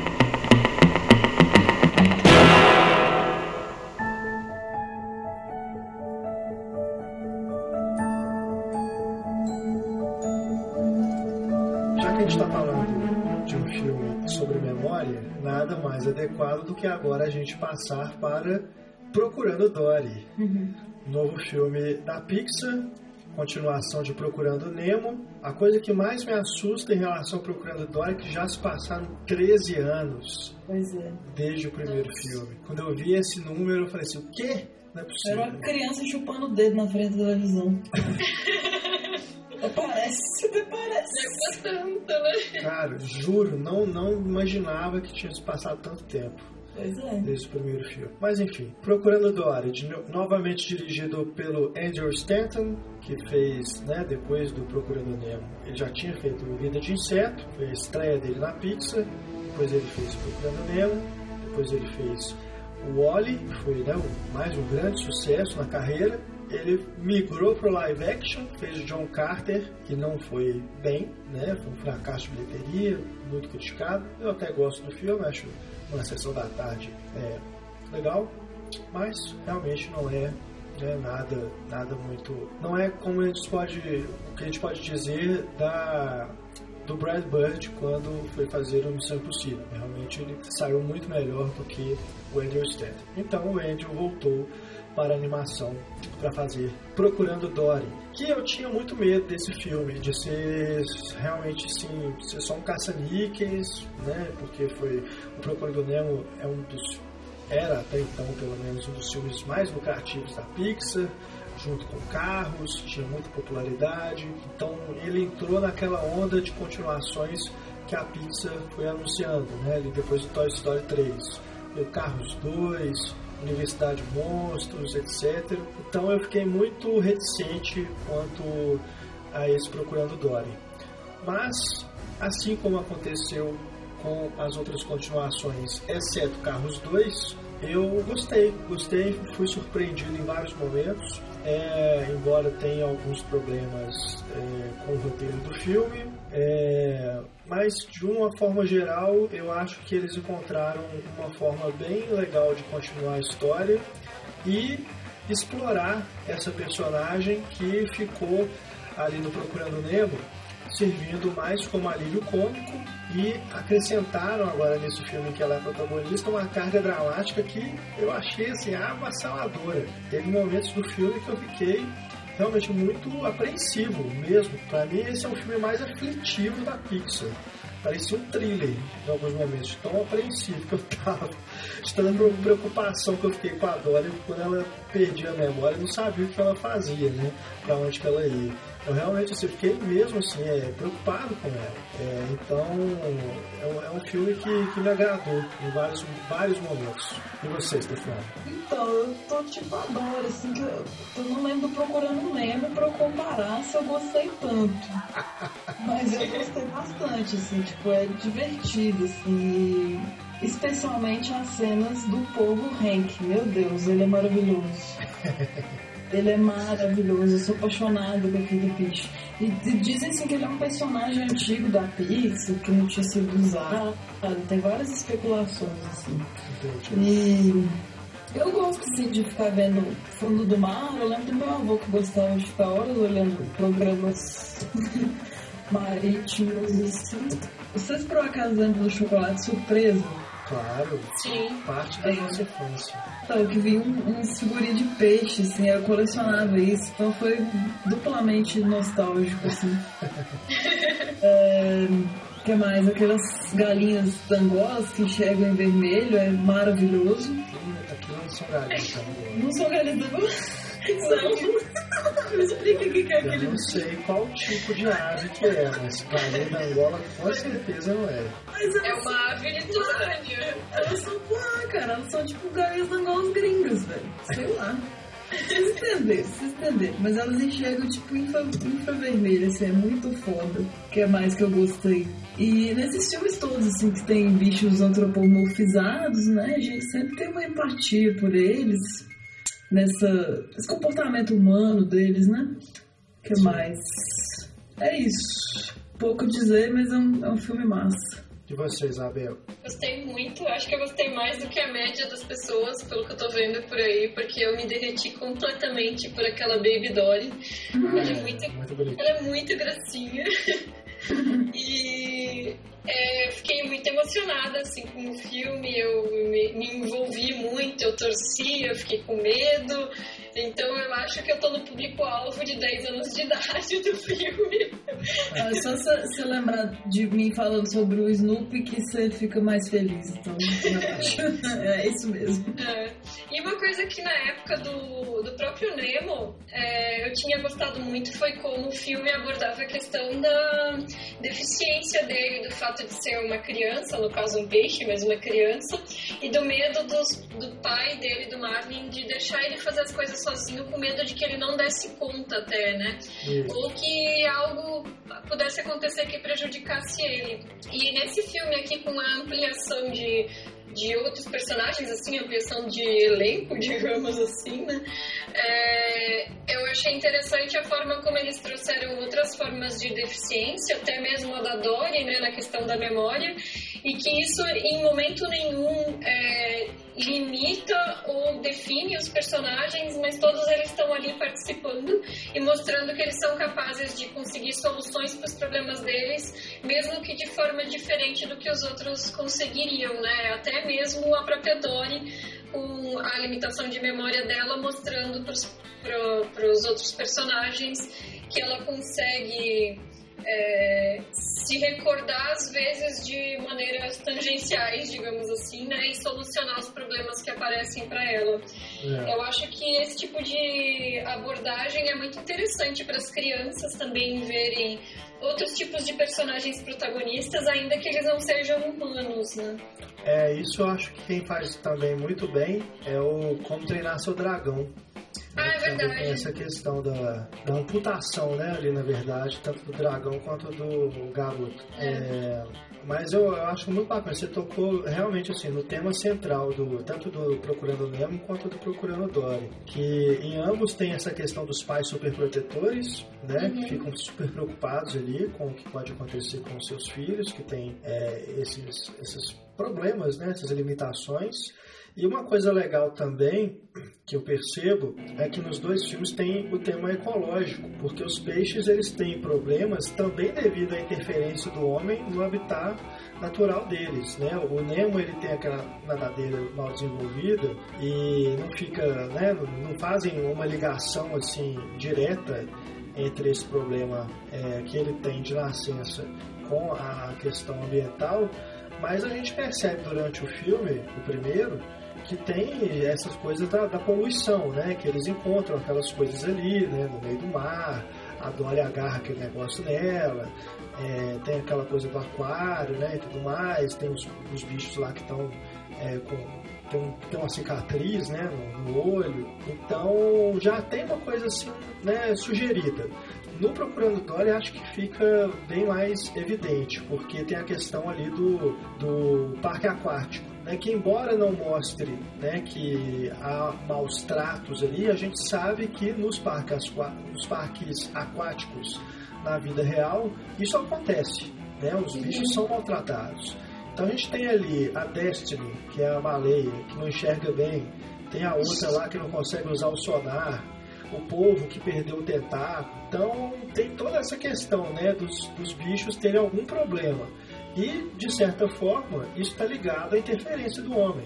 Nada mais adequado do que agora a gente passar para Procurando Dory. Novo filme da Pixar, continuação de Procurando Nemo. A coisa que mais me assusta em relação a Procurando Dory é que já se passaram 13 anos desde o primeiro filme. Quando eu vi esse número, eu falei assim, o quê? Não é possível. Era uma criança chupando o dedo na frente da televisão. Parece. Cara, juro, não imaginava que tinha se passado tanto tempo. Desde o primeiro filme. Mas enfim, Procurando Dory, novamente dirigido pelo Andrew Stanton, que fez, né, depois do Procurando Nemo, ele já tinha feito Vida de Inseto, foi a estreia dele na Pixar, depois ele fez Procurando Nemo, depois ele fez o Wall-E, que foi, né, mais um grande sucesso na carreira. Ele migrou para o live action, fez o John Carter, que não foi bem, né? Foi um fracasso de bilheteria, muito criticado. Eu até gosto do filme, acho uma sessão da tarde legal, mas realmente não é, né, nada muito... Não é como o que a gente pode dizer do Brad Bird quando foi fazer o Missão Impossível. Realmente ele saiu muito melhor do que o Andrew Stanton. Então o Andrew voltou para a animação para fazer Procurando Dory, que eu tinha muito medo desse filme, de ser realmente sim, ser só um caça-níqueis, né? Porque o Procurando Nemo era até então pelo menos um dos filmes mais lucrativos da Pixar, junto com Carros, tinha muita popularidade, então ele entrou naquela onda de continuações que a Pixar foi anunciando, né? Ali depois do Toy Story 3, o Carros 2, Universidade de Monstros, etc. Então eu fiquei muito reticente quanto a esse Procurando Dory. Mas, assim como aconteceu com as outras continuações, exceto Carros 2, eu gostei, fui surpreendido em vários momentos, embora tenha alguns problemas com o roteiro do filme, mas de uma forma geral eu acho que eles encontraram uma forma bem legal de continuar a história e explorar essa personagem que ficou ali no Procurando Nemo, servindo mais como alívio cômico, e acrescentaram agora nesse filme que ela é protagonista uma carga dramática que eu achei assim avassaladora. Teve momentos do filme que eu fiquei realmente muito apreensivo mesmo. Para mim esse é o filme mais aflitivo da Pixar. Parecia um thriller em alguns momentos, tão apreensivo que eu tava, de tanta preocupação que eu fiquei com a Dory quando ela perdia a memória e não sabia o que ela fazia, né? Pra onde que ela ia. Eu realmente assim, fiquei mesmo assim, preocupado com ela. Então é um filme que me agradou em vários momentos. E você, Stefano? Então, eu tô tipo a Dory, assim, que eu não lembro Procurando Nemo pra eu comparar se eu gostei tanto. Mas eu gostei bastante, assim, tipo, é divertido, assim. Especialmente as cenas do povo Hank. Meu Deus, ele é maravilhoso. Ele é maravilhoso, eu sou apaixonada por aquele bicho. E dizem assim que ele é um personagem antigo da Pixar, que não tinha sido usado. Tem várias especulações, assim. E eu gosto assim, de ficar vendo Fundo do Mar. Eu lembro do meu avô que gostava de ficar horas olhando programas marítimos, assim. Vocês por acaso lembram do Chocolate Surpresa? Claro, sim, parte da nossa infância. Então, eu que vi um figurinha de peixe, assim, eu colecionava isso, então foi duplamente nostálgico, assim. O que mais? Aquelas galinhas tangolas que enxergam em vermelho, é maravilhoso. Aqui não são galinhas tangolas. Não são galinhas tangolas? Não. Me explica o que é aquele. Eu não sei qual tipo de ave que é, mas galinha da Angola com certeza não é. É uma ave litorânea. Elas são lá, cara. Elas são tipo galinhas da Angola gringas, velho. Sei lá. Vocês entenderam. Mas elas enxergam tipo infravermelho, assim, é muito foda. O que é mais que eu gostei? E nesses filmes todos, assim, que tem bichos antropomorfizados, né? A gente sempre tem uma empatia por eles. Nesse comportamento humano deles, né? O que mais? É isso. Pouco dizer, mas é um filme massa. E você, Isabel? Gostei muito. Acho que eu gostei mais do que a média das pessoas, pelo que eu tô vendo por aí, porque eu me derreti completamente por aquela Baby Dory. Ela é muito gracinha. E fiquei muito emocionada assim, com o filme, eu me envolvi muito, eu torci, eu fiquei com medo, então eu acho que eu tô no público-alvo de 10 anos de idade do filme. Só você lembrar de mim falando sobre o Snoopy que você fica mais feliz, então eu acho. É isso mesmo. E uma coisa que na época do próprio Nemo eu tinha gostado muito foi como o filme abordava a questão da deficiência dele, do fato de ser uma criança, no caso um peixe, mas uma criança, e do medo do pai dele, do Marlin, de deixar ele fazer as coisas sozinho, com medo de que ele não desse conta até, né? Ou que algo pudesse acontecer que prejudicasse ele. E nesse filme aqui, com a ampliação de outros personagens, assim, ampliação de elenco, digamos assim, né? Eu achei interessante a forma como eles trouxeram outras formas de deficiência, até mesmo a da Dory, né, na questão da memória, e que isso em momento nenhum limita ou define os personagens, mas todos eles estão ali participando e mostrando que eles são capazes de conseguir soluções para os problemas deles, mesmo que de forma diferente do que os outros conseguiriam, né? Até mesmo a própria Dory, com a limitação de memória dela, mostrando para os outros personagens que ela consegue se recordar às vezes de maneiras tangenciais, digamos assim, né, e solucionar os problemas que aparecem para ela. Eu acho que esse tipo de abordagem é muito interessante para as crianças também verem outros tipos de personagens protagonistas, ainda que eles não sejam humanos, né? Isso eu acho que quem faz também muito bem é o Como Treinar Seu Dragão. É verdade. Tem essa questão da amputação, né, ali na verdade, tanto do dragão quanto do garoto. Mas eu acho muito bacana, você tocou realmente assim, no tema central, tanto do Procurando Nemo quanto do Procurando Dory, que em ambos tem essa questão dos pais superprotetores, né, que ficam super preocupados ali com o que pode acontecer com os seus filhos, que tem esses problemas, né, essas limitações. E uma coisa legal também que eu percebo é que nos dois filmes tem o tema ecológico, porque os peixes eles têm problemas também devido à interferência do homem no habitat natural deles, né? O Nemo ele tem aquela nadadeira mal desenvolvida e não fica, né? Não fazem uma ligação assim direta entre esse problema que ele tem de nascença com a questão ambiental, mas a gente percebe durante o filme, o primeiro, que tem essas coisas da poluição, né? Que eles encontram aquelas coisas ali, né? No meio do mar, a Dory agarra aquele negócio nela, tem aquela coisa do aquário, né? E tudo mais, tem os bichos lá que estão tem uma cicatriz, né? No olho, então já tem uma coisa assim, né? Sugerida. No Procurando Dory, acho que fica bem mais evidente, porque tem a questão ali do parque aquático, né, que embora não mostre, né, que há maus tratos ali, a gente sabe que nos parques aquáticos, na vida real, isso acontece, né, os bichos são maltratados. Então a gente tem ali a Destiny, que é a baleia, que não enxerga bem, tem a outra lá que não consegue usar o sonar, o polvo que perdeu o tentáculo. Então tem toda essa questão, né, dos bichos terem algum problema. E, de certa forma, isso está ligado à interferência do homem.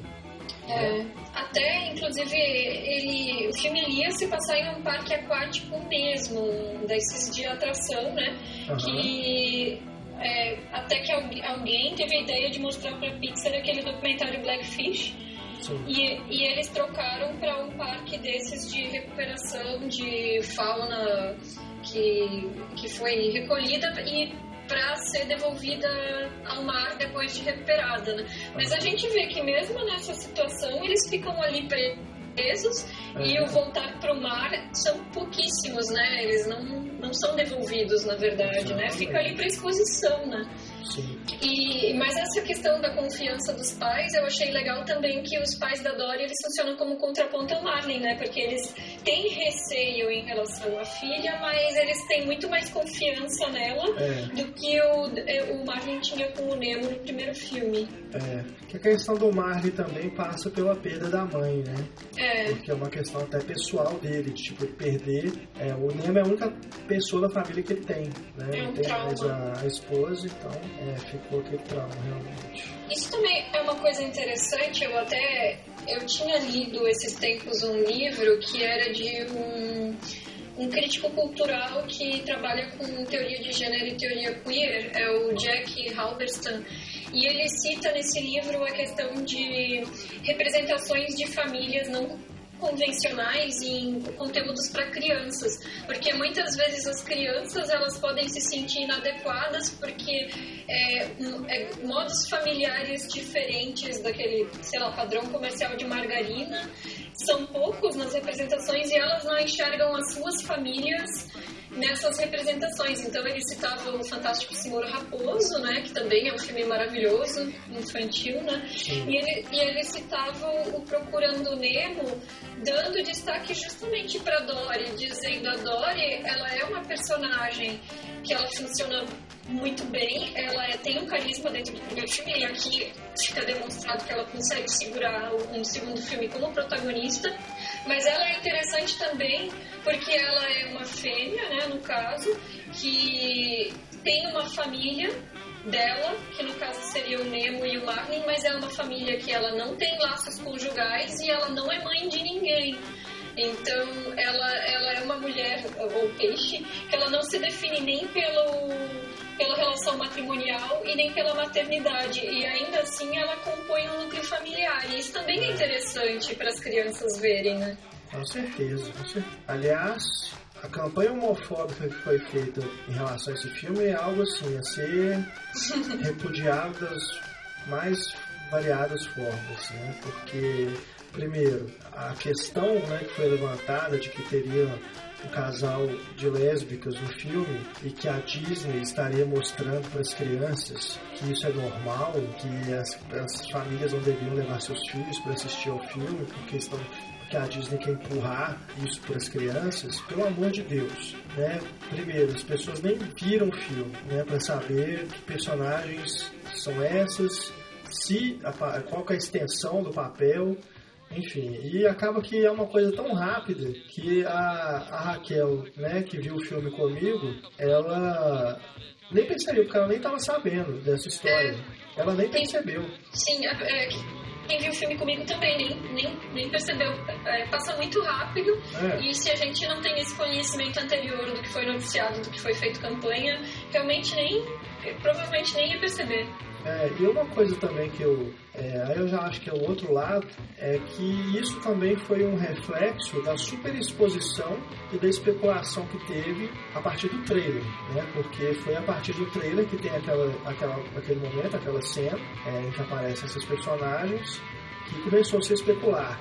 Até, inclusive, o filme ia se passar em um parque aquático mesmo, desses de atração, né? Que até que alguém teve a ideia de mostrar para a Pixar aquele documentário Blackfish. E eles trocaram para um parque desses de recuperação de fauna que foi recolhida e para ser devolvida ao mar depois de recuperada, né? Mas a gente vê que mesmo nessa situação eles ficam ali presos e o voltar para o mar são pouquíssimos, né? Eles não são devolvidos, na verdade, né? Fica ali para exposição, né? Sim. Mas essa questão da confiança dos pais, eu achei legal também que os pais da Dory, eles funcionam como contraponto ao Marlin, né? Porque eles têm receio em relação à filha, mas eles têm muito mais confiança nela do que o Marlin tinha com o Nemo no primeiro filme. Que a questão do Marlin também passa pela perda da mãe, né? Porque é uma questão até pessoal dele, de tipo, perder. O Nemo é a única pessoa da família que ele tem, né? É um tem trauma. mais a esposa, então ficou aquele trauma, realmente. Isso também é uma coisa interessante. Eu tinha lido esses tempos um livro que era de um crítico cultural que trabalha com teoria de gênero e teoria queer, é o Jack Halberstam, e ele cita nesse livro a questão de representações de famílias não convencionais em conteúdos para crianças, porque muitas vezes as crianças elas podem se sentir inadequadas porque modos familiares diferentes daquele, sei lá, padrão comercial de margarina são poucos nas representações e elas não enxergam as suas famílias nessas representações. Então ele citava o Fantástico Senhor Raposo, né, que também é um filme maravilhoso, infantil, né, e ele citava o Procurando Nemo, dando destaque justamente para Dory, dizendo a Dory, ela é uma personagem que ela funciona muito bem, ela tem um carisma dentro do primeiro filme, e aqui fica demonstrado que ela consegue segurar um segundo filme como protagonista, mas ela é interessante também porque ela é uma fêmea, né, no caso, que tem uma família dela, que no caso seria o Nemo e o Marlin, mas é uma família que ela não tem laços conjugais e ela não é mãe de ninguém. Então, ela é uma mulher, ou peixe, que ela não se define nem pela relação matrimonial e nem pela maternidade. E ainda assim, ela compõe um núcleo familiar. E isso também é interessante para as crianças verem, né? Com certeza, com certeza. Aliás, a campanha homofóbica que foi feita em relação a esse filme é algo assim, a ser repudiado das mais variadas formas, né? Porque, primeiro, a questão, né, que foi levantada de que teria um casal de lésbicas no filme e que a Disney estaria mostrando para as crianças que isso é normal, que as famílias não deviam levar seus filhos para assistir ao filme porque a Disney quer empurrar isso para as crianças, pelo amor de Deus, né? Primeiro, as pessoas nem viram o filme, né, para saber que personagens são essas, qual que é a extensão do papel, enfim, e acaba que é uma coisa tão rápida que a Raquel, né, que viu o filme comigo, ela nem percebeu, porque ela nem estava sabendo dessa história, ela nem percebeu. Sim, quem viu o filme comigo também nem percebeu. Passa muito rápido, e se a gente não tem esse conhecimento anterior do que foi noticiado, do que foi feito campanha, realmente provavelmente nem ia perceber. E uma coisa também que aí eu já acho que é o outro lado, é que isso também foi um reflexo da superexposição e da especulação que teve a partir do trailer, né? Porque foi a partir do trailer que tem aquele momento, aquela cena em que aparecem esses personagens, que começou a se especular.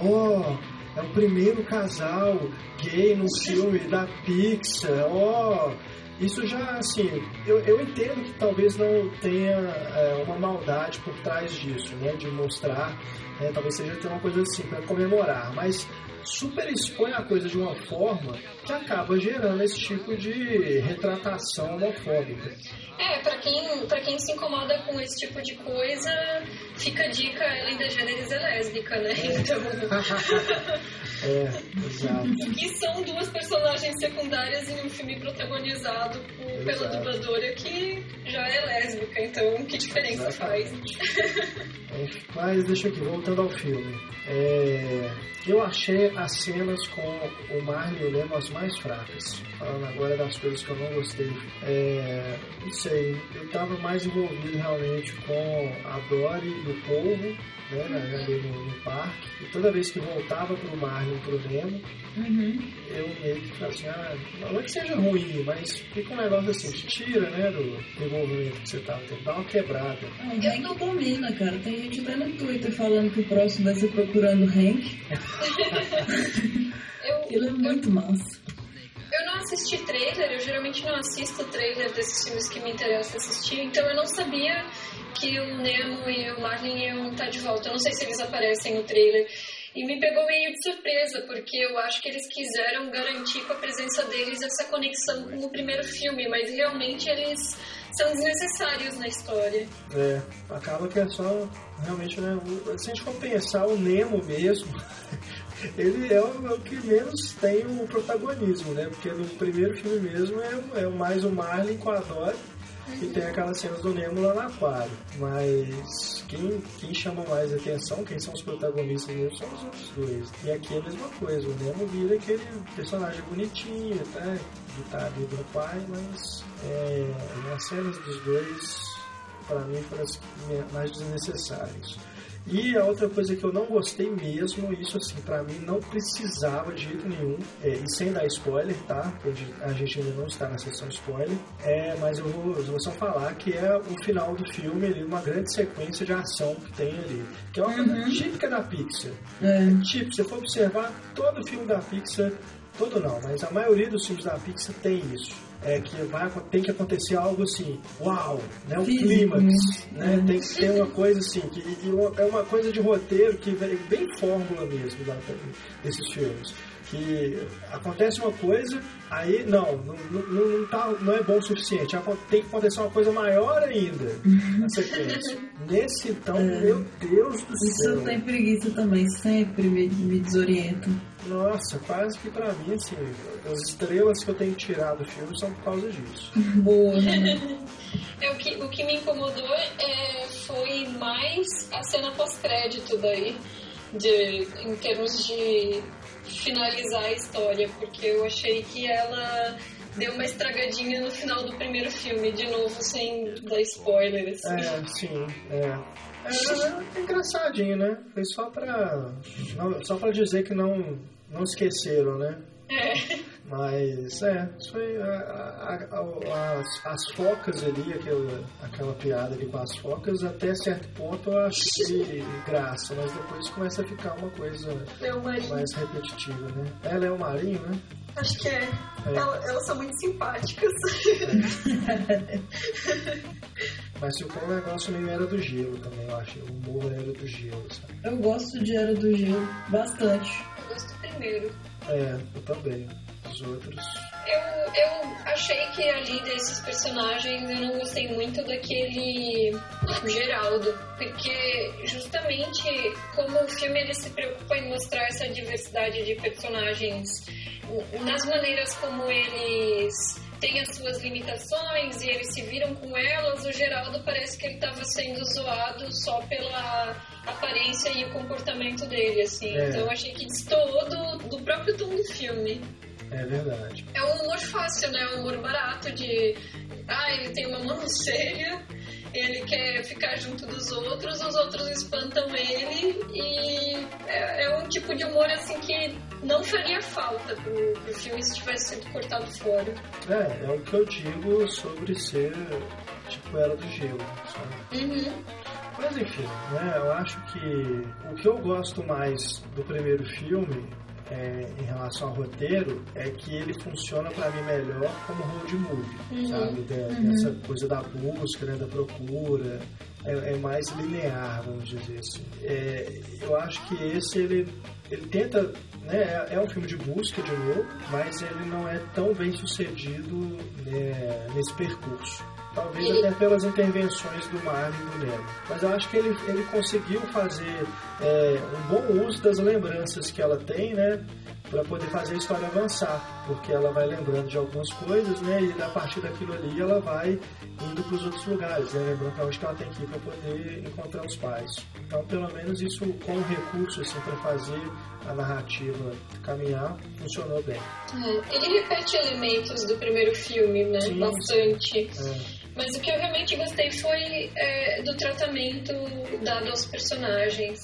É o primeiro casal gay no filme da Pixar, Isso já, assim, eu entendo que talvez não tenha uma maldade por trás disso, né, de mostrar, talvez seja ter uma coisa assim para comemorar, mas super expõe a coisa de uma forma que acaba gerando esse tipo de retratação homofóbica. Pra quem se incomoda com esse tipo de coisa, fica a dica, Ellen DeGeneres é lésbica, né? Então... exato. Que são duas personagens secundárias em um filme protagonizado pela dubladora que já é lésbica, então que diferença faz? Mas deixa aqui, voltando ao filme. Eu achei as cenas com o Marlin e o Nemo as mais fracas. Falando agora das coisas que eu não gostei. Não sei, eu estava mais envolvido realmente com a Dory e o povo, né, ali no parque. E toda vez que voltava pro Marlin e pro Nemo, eu meio que falava assim, não é que seja ruim, mas fica um negócio assim, te tira, né, do envolvimento que você tá tendo, dá uma quebrada. Alguém não combina, cara. Tem gente até no Twitter falando que o próximo vai ser Procurando Hank. Ele é muito massa. Eu não assisti trailer, eu geralmente não assisto trailer desses filmes que me interessa assistir, então eu não sabia que o Nemo e o Marlin iam estar de volta. Eu não sei se eles aparecem no trailer. E me pegou meio de surpresa, porque eu acho que eles quiseram garantir com a presença deles essa conexão com o primeiro filme, mas realmente eles são desnecessários na história. Acaba que é só, realmente, né, se a gente for pensar, o Nemo mesmo, ele é o que menos tem o protagonismo, né, porque no primeiro filme mesmo é mais o Marlin com a Dory, e tem aquelas cenas do Nemo lá no aquário. Mas quem chama mais atenção, quem são os protagonistas mesmo, são os outros dois. E aqui é a mesma coisa, o Nemo vira aquele personagem bonitinho, tá? Que tá ali do pai, mas as cenas dos dois, pra mim, foram as mais desnecessárias. E a outra coisa que eu não gostei mesmo, isso assim, pra mim não precisava de jeito nenhum, e sem dar spoiler, tá? A gente ainda não está na sessão spoiler, mas eu vou só falar que é o final do filme, ali, uma grande sequência de ação que tem ali, que é uma coisa típica da Pixar. Tipo, se você for observar, todo filme da Pixar, todo não, mas a maioria dos filmes da Pixar tem isso. Que tem que acontecer algo assim, uau, né? O clímax, né? Tem que ter uma coisa assim, é uma coisa de roteiro que vem bem fórmula mesmo desses filmes. que acontece uma coisa, aí não é bom o suficiente, tem que acontecer uma coisa maior ainda na sequência. Nesse, então, meu Deus do céu. Isso tem preguiça também, sempre me desorienta. Nossa, quase que pra mim, assim, as estrelas que eu tenho que tirar do filme são por causa disso. Boa, né? O que me incomodou foi mais a cena pós-crédito daí, em termos de finalizar a história, porque eu achei que ela deu uma estragadinha no final do primeiro filme, de novo, sem dar spoiler, assim. É engraçadinho, né? Foi só pra dizer que não esqueceram, né? Mas, isso foi as focas ali, aquela piada ali com as focas, até certo ponto eu achei graça, mas depois começa a ficar uma coisa mais repetitiva, né? Ela é o Marinho, né? Acho que é. Elas são muito simpáticas. Mas ficou um negócio meio Era do Gelo também, eu acho. O humor Era do Gelo, sabe? Eu gosto de Era do Gelo bastante. Eu gosto primeiro. Eu também. Os outros... Eu achei que ali desses personagens eu não gostei muito daquele Geraldo, porque justamente como o filme ele se preocupa em mostrar essa diversidade de personagens nas maneiras como eles têm as suas limitações e eles se viram com elas, o Geraldo parece que ele estava sendo zoado só pela aparência e o comportamento dele, assim. Então eu achei que destoou do próprio tom do filme. É verdade. É um humor fácil, né? Um humor barato de... ele tem uma monocelha, ele quer ficar junto dos outros, os outros espantam ele e é um tipo de humor, assim, que não faria falta pro filme se tivesse sido cortado fora. É o que eu digo sobre ser, tipo, Era do Gelo, sabe? Uhum. Mas enfim, né? Eu acho que o que eu gosto mais do primeiro filme... em relação ao roteiro, é que ele funciona pra mim melhor como road movie, sabe? Dessa coisa da busca, né? Da procura, é mais linear, vamos dizer assim. Eu acho que esse, ele tenta, né? É um filme de busca, de novo, mas ele não é tão bem sucedido, né, nesse percurso. Talvez até pelas intervenções do Marlon e do Nemo. Mas eu acho que ele conseguiu fazer um bom uso das lembranças que ela tem, né? Para poder fazer a história avançar. Porque ela vai lembrando de algumas coisas, né? E a partir daquilo ali ela vai indo para os outros lugares, né? Lembrando para onde que ela tem que ir para poder encontrar os pais. Então, pelo menos isso com um recurso assim, para fazer a narrativa caminhar, funcionou bem. Ele repete elementos do primeiro filme, né? Sim, bastante. Mas o que eu realmente gostei foi do tratamento dado aos personagens.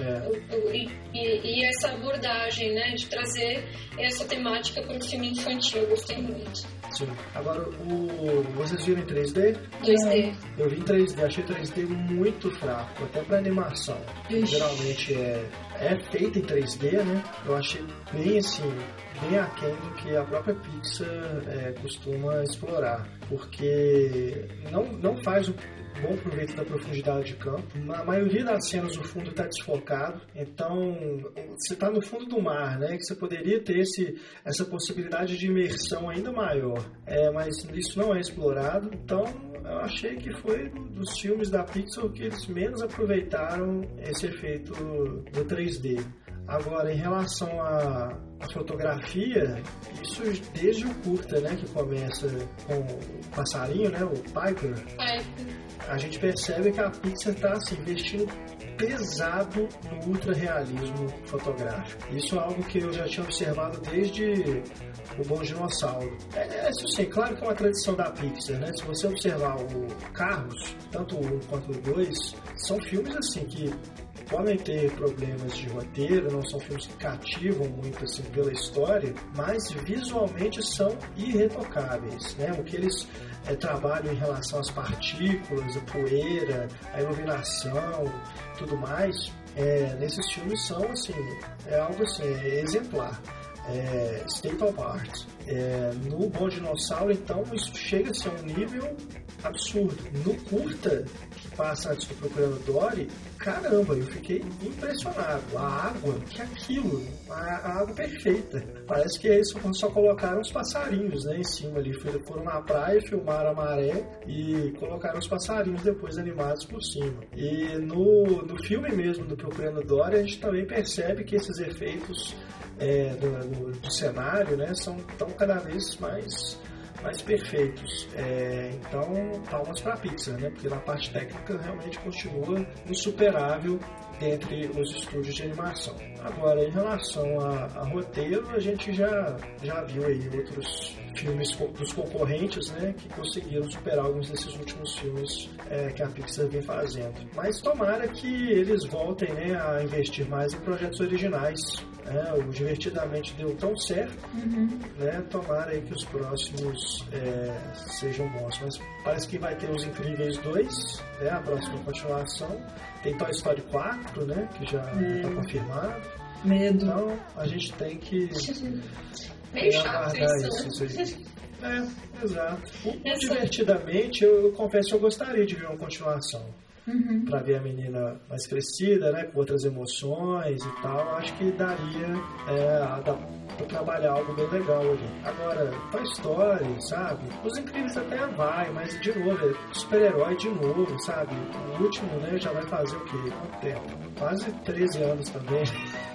E essa abordagem, né, de trazer essa temática para o filme infantil, eu gostei muito. Sim. Agora, vocês viram em 3D? 2D. Eu vi em 3D, achei 3D muito fraco, até para animação. Geralmente é feita em 3D, né? Eu achei bem assim, bem aquém do que a própria Pixar costuma explorar, porque não faz o bom proveito da profundidade de campo. Na maioria das cenas o fundo está desfocado, então você está no fundo do mar, né? Que você poderia ter essa possibilidade de imersão ainda maior, mas isso não é explorado. Então eu achei que foi dos filmes da Pixar que eles menos aproveitaram esse efeito do 3D. Agora, em relação à fotografia, isso desde o curta, né, que começa com o passarinho, né, o Piper, a gente percebe que a Pixar está assim, investindo pesado no ultra-realismo fotográfico. Isso é algo que eu já tinha observado desde O Bom Dinossauro. Sim, claro que é uma tradição da Pixar, né? Se você observar o Carros, tanto o 1 quanto o 2, são filmes assim que podem ter problemas de roteiro, não são filmes que cativam muito assim, pela história, mas visualmente são irretocáveis, né? O que eles trabalham em relação às partículas, a poeira, a iluminação, tudo mais, nesses filmes são assim, algo assim, exemplar. State of Art. No Bom Dinossauro, então, isso chega a ser um nível absurdo. No curta, que passa antes do Procurando Dory, caramba, eu fiquei impressionado. A água, que é aquilo? A água perfeita. Parece que eles só colocaram os passarinhos, né, em cima ali. Foram na praia, filmaram a maré e colocaram os passarinhos depois animados por cima. E no filme mesmo do Procurando Dory, a gente também percebe que esses efeitos do cenário, né, estão cada vez mais perfeitos. Então, palmas para a Pixar, né? Porque na parte técnica realmente continua insuperável entre os estúdios de animação. Agora, em relação a roteiro, a gente já viu aí outros filmes dos concorrentes, né, que conseguiram superar alguns desses últimos filmes que a Pixar vem fazendo. Mas tomara que eles voltem, né, a investir mais em projetos originais. O Divertidamente deu tão certo, né? Tomara aí que os próximos sejam bons. Mas parece que vai ter Os Incríveis 2, né? A próxima continuação. Tem Toy Story 4, né? Que já está confirmado. Medo. Então a gente tem que aguardar isso aí. Exato. Divertidamente, eu confesso que eu gostaria de ver uma continuação. Para ver a menina mais crescida, né, com outras emoções e tal, acho que daria para trabalhar algo bem legal ali. Agora, Toy Story, sabe? Os Incríveis até vai, mas de novo, super-herói de novo, sabe? O último, né, já vai fazer o quê? Quanto tempo? Quase 13 anos também.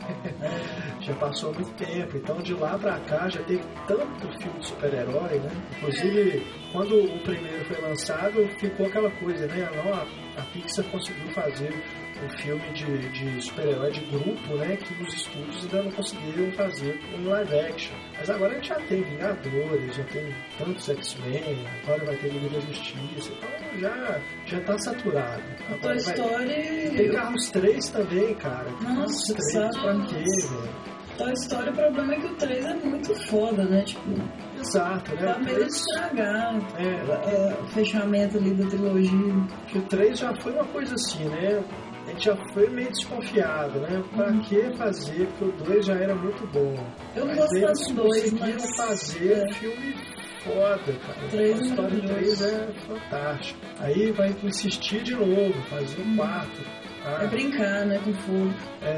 Já passou muito tempo, então de lá pra cá já teve tanto filme de super-herói, né? Inclusive, quando o primeiro foi lançado, ficou aquela coisa, né? A Pixar conseguiu fazer um filme de super-herói de grupo, né? Que os estúdios ainda não conseguiram fazer em live action. Mas agora a gente já tem Vingadores, já tem tantos X-Men, agora vai ter Liga da Justiça, então já tá saturado. Agora Toy Story... Tem Carros 3 também, cara. Nossa, Carros 3 pra quê, velho? Toy Story, o problema é que o 3 é muito foda, né? Tipo, exato, né? Dá medo de estragar o fechamento ali da trilogia. Que o 3 já foi uma coisa assim, né? A gente já foi meio desconfiado, né? Pra que fazer? Porque o 2 já era muito bom. Eu não gosto tanto do 2, mas fazer filme foda, cara. A história do 3 é fantástico. Aí vai insistir de novo, fazer o 4. É brincar, né? Com fogo.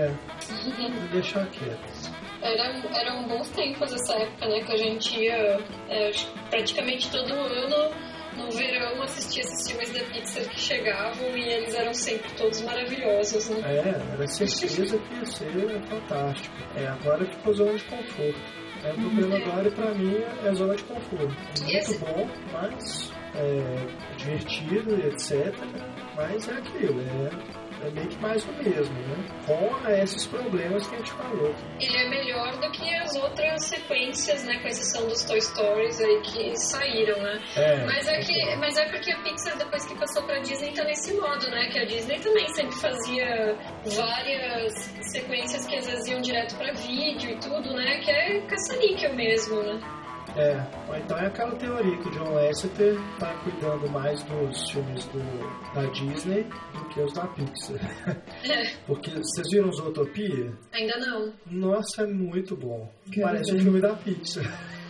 Deixar quieto. Eram bons tempos essa época, né? Que a gente ia praticamente todo ano no verão assistir esses filmes da Pixar que chegavam e eles eram sempre todos maravilhosos, né? Era certeza que ia ser fantástico. Agora ficou zona de conforto. O problema agora, pra mim, é zona de conforto. Muito bom, mas divertido e etc. Mas é aquilo, é meio que mais o mesmo, né? Com esses problemas que a gente falou. Ele é melhor do que as outras sequências, né? Com exceção dos Toy Stories aí que saíram, né? Mas é porque a Pixar, depois que passou pra Disney, tá nesse modo, né? Que a Disney também sempre fazia várias sequências que às vezes iam direto pra vídeo e tudo, né? Que é caça-níquel mesmo, né? Então é aquela teoria que o John Lasseter tá cuidando mais dos filmes da Disney do que os da Pixar. Porque vocês viram Zootopia? Ainda não. Nossa, é muito bom. Parece um filme da Pixar.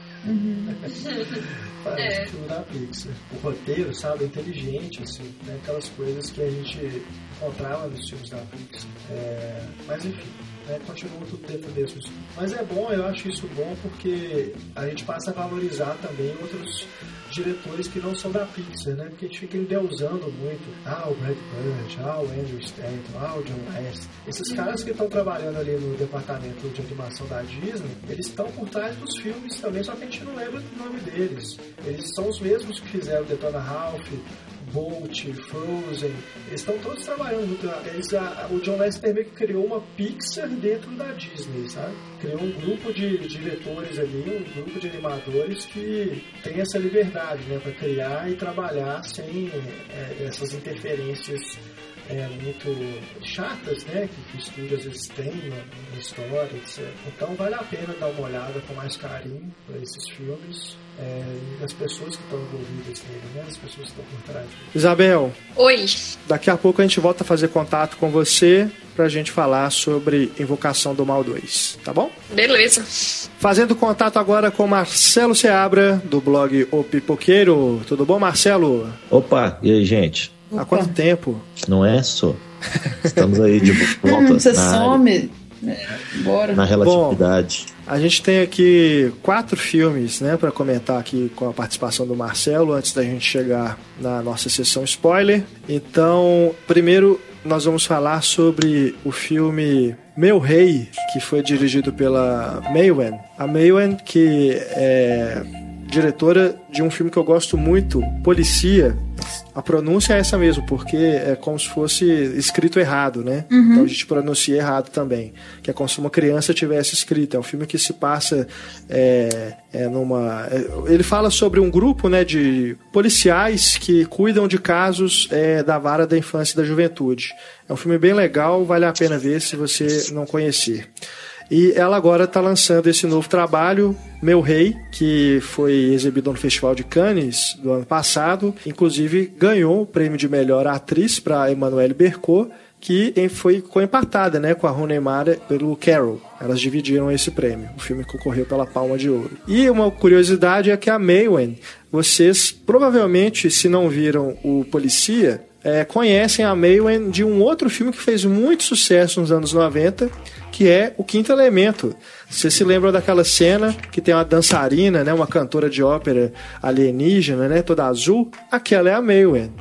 Parece um filme da Pixar. O roteiro, sabe, é inteligente, assim, né? Aquelas coisas que a gente encontrava nos filmes da Pixar. Mas enfim. Continua tudo dentro desses. Mas é bom, eu acho isso bom porque a gente passa a valorizar também outros diretores que não são da Pixar, né? Porque a gente fica endeusando muito o Brad Bird, o Andrew Stanton, o John Lasseter. Esses caras que estão trabalhando ali no departamento de animação da Disney, eles estão por trás dos filmes também, só que a gente não lembra do nome deles. Eles são os mesmos que fizeram Detona Ralph, Bolt, Frozen, eles estão todos trabalhando muito. O John Lasseter meio que criou uma Pixar dentro da Disney, sabe? Criou um grupo de diretores ali, um grupo de animadores que tem essa liberdade, né, para criar e trabalhar sem essas interferências muito chatas, né, que o estúdio às vezes tem na história, etc. Então vale a pena dar uma olhada com mais carinho para esses filmes e as pessoas que estão envolvidas nele, né, as pessoas que estão por trás dele. Isabel. Oi. Daqui a pouco a gente volta a fazer contato com você pra gente falar sobre Invocação do Mal 2, tá bom? Beleza. Fazendo contato agora com Marcelo Seabra, do blog O Pipoqueiro. Tudo bom, Marcelo? Opa, e aí, gente? Há quanto tempo? Não é só? Estamos aí de volta. Você some. Bora. Na relatividade. Bom, a gente tem aqui 4 filmes, né, para comentar aqui com a participação do Marcelo, antes da gente chegar na nossa sessão spoiler. Então, primeiro nós vamos falar sobre o filme Meu Rei, que foi dirigido pela Mae Wen. A Mae Wen, que é diretora de um filme que eu gosto muito, Policia. A pronúncia é essa mesmo, porque é como se fosse escrito errado, né? Uhum. Então a gente pronuncia errado também, que é como se uma criança tivesse escrito. É um filme que se passa ele fala sobre um grupo, né, de policiais que cuidam de casos da vara da infância e da juventude. É um filme bem legal, vale a pena ver se você não conhecer. E ela agora está lançando esse novo trabalho, Meu Rei, que foi exibido no Festival de Cannes do ano passado. Inclusive ganhou o prêmio de melhor atriz para Emmanuelle Bercot, que ficou empatada, né, com a Rooney Mara pelo Carol. Elas dividiram esse prêmio. O filme concorreu pela Palma de Ouro. E uma curiosidade é que a Mae Wen, vocês provavelmente, se não viram o Policia, conhecem a Mae Wen de um outro filme que fez muito sucesso nos anos 90, que é O Quinto Elemento. Vocês se lembram daquela cena que tem uma dançarina, né, uma cantora de ópera alienígena, né, toda azul? Aquela é a Mae Wen.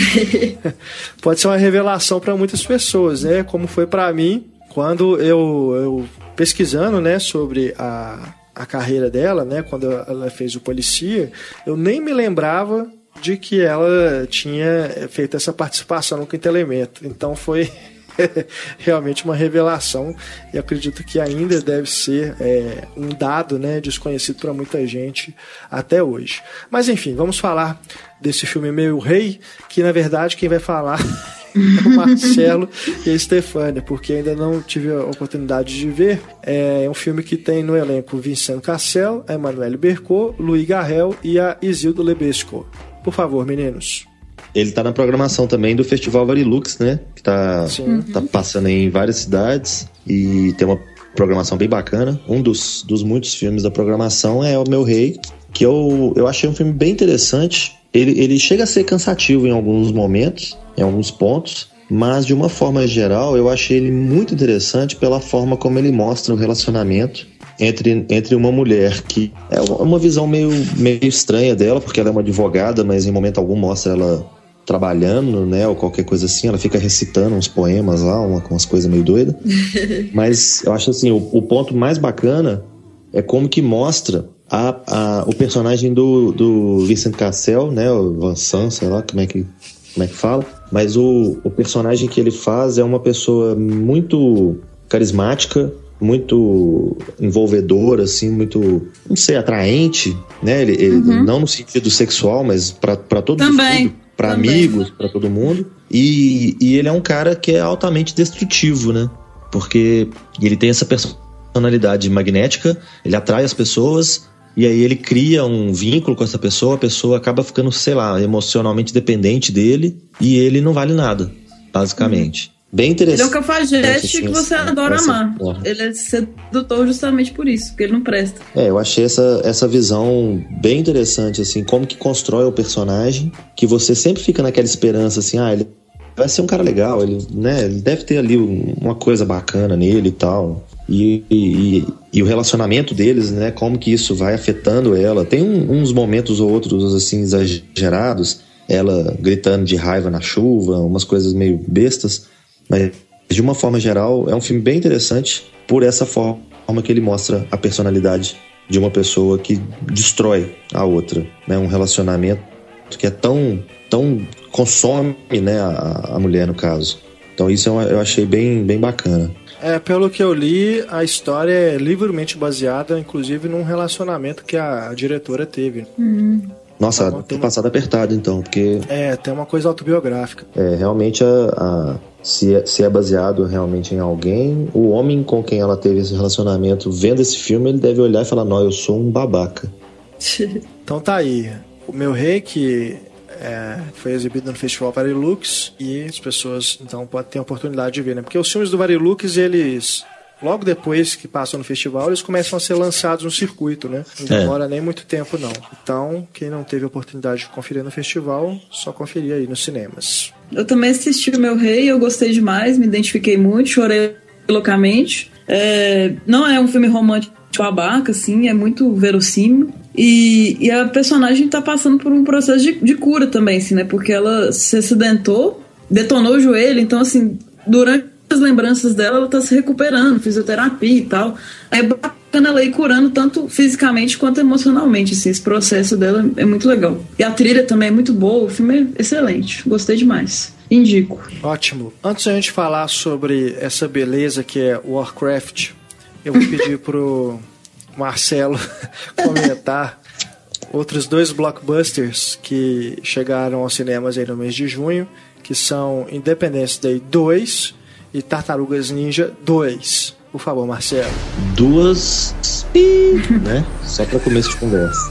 Pode ser uma revelação para muitas pessoas, né, como foi para mim quando eu pesquisando, né, sobre a carreira dela, né, quando ela fez o Policia, eu nem me lembrava de que ela tinha feito essa participação no Quinto Elemento. Então foi realmente uma revelação, e acredito que ainda deve ser um dado, né, desconhecido para muita gente até hoje. Mas enfim, vamos falar desse filme Meu Rei, que na verdade quem vai falar é o Marcelo e a Stefânia, porque ainda não tive a oportunidade de ver. É um filme que tem no elenco Vincent Cassel, a Emmanuelle Bercot, Louis Garrel e a Isilda Lebesco. Por favor, meninos. Ele tá na programação também do Festival Varilux, né? Que tá passando em várias cidades e tem uma programação bem bacana. Um dos muitos filmes da programação é O Meu Rei, que eu achei um filme bem interessante. Ele chega a ser cansativo em alguns momentos, em alguns pontos, mas de uma forma geral eu achei ele muito interessante pela forma como ele mostra o relacionamento entre uma mulher que é uma visão meio estranha dela, porque ela é uma advogada, mas em momento algum mostra ela trabalhando, né, ou qualquer coisa assim. Ela fica recitando uns poemas lá, umas coisas meio doidas. Mas eu acho assim, o ponto mais bacana é como que mostra o personagem do Vincent Cassel, né, o Vincent, sei lá como é que fala, mas o personagem que ele faz é uma pessoa muito carismática, muito envolvedora, assim, muito, não sei, atraente, né? Ele não no sentido sexual, mas para todo mundo, para amigos, para todo mundo. E ele é um cara que é altamente destrutivo, né? Porque ele tem essa personalidade magnética, ele atrai as pessoas e aí ele cria um vínculo com essa pessoa, a pessoa acaba ficando, sei lá, emocionalmente dependente dele e ele não vale nada, basicamente. Bem interessante. Ele é um cafajeste que você adora amar. Ele é sedutor justamente por isso, porque ele não presta. Eu achei essa visão bem interessante, assim, como que constrói o personagem, que você sempre fica naquela esperança, assim, ele vai ser um cara legal, ele deve ter ali uma coisa bacana nele e tal. E o relacionamento deles, né, como que isso vai afetando ela. Tem uns momentos ou outros, assim, exagerados, ela gritando de raiva na chuva, umas coisas meio bestas. Mas, de uma forma geral, é um filme bem interessante por essa forma que ele mostra a personalidade de uma pessoa que destrói a outra, né? Um relacionamento que é tão consome, né, a mulher, no caso. Então isso eu achei bem bacana. Pelo que eu li, a história é livremente baseada, inclusive, num relacionamento que a diretora teve. Nossa, tem passado apertado então, porque... tem uma coisa autobiográfica. Realmente se é baseado realmente em alguém, o homem com quem ela teve esse relacionamento, vendo esse filme, ele deve olhar e falar, não, eu sou um babaca. Então tá aí, o Meu Rei, que foi exibido no Festival Varilux, e as pessoas então podem ter a oportunidade de ver, né? Porque os filmes do Varilux, eles... Logo depois que passam no festival, eles começam a ser lançados no circuito, né? Não demora nem muito tempo, não. Então, quem não teve a oportunidade de conferir no festival, só conferir aí nos cinemas. Eu também assisti o Meu Rei, eu gostei demais, me identifiquei muito, chorei loucamente. Não é um filme romântico babaca, assim, é muito verossímil. E a personagem tá passando por um processo de cura também, assim, né? Porque ela se acidentou, detonou o joelho, então, assim, durante as lembranças dela, ela tá se recuperando, fisioterapia e tal. É bacana ela ir curando tanto fisicamente quanto emocionalmente, assim, esse processo dela é muito legal. E a trilha também é muito boa, o filme é excelente, gostei demais. Indico. Ótimo. Antes de a gente falar sobre essa beleza que é Warcraft, eu vou pedir pro Marcelo comentar outros 2 blockbusters que chegaram aos cinemas aí no mês de junho, que são Independence Day 2 e Tartarugas Ninja 2. Por favor, Marcelo. 2, né? Só para começo de conversa.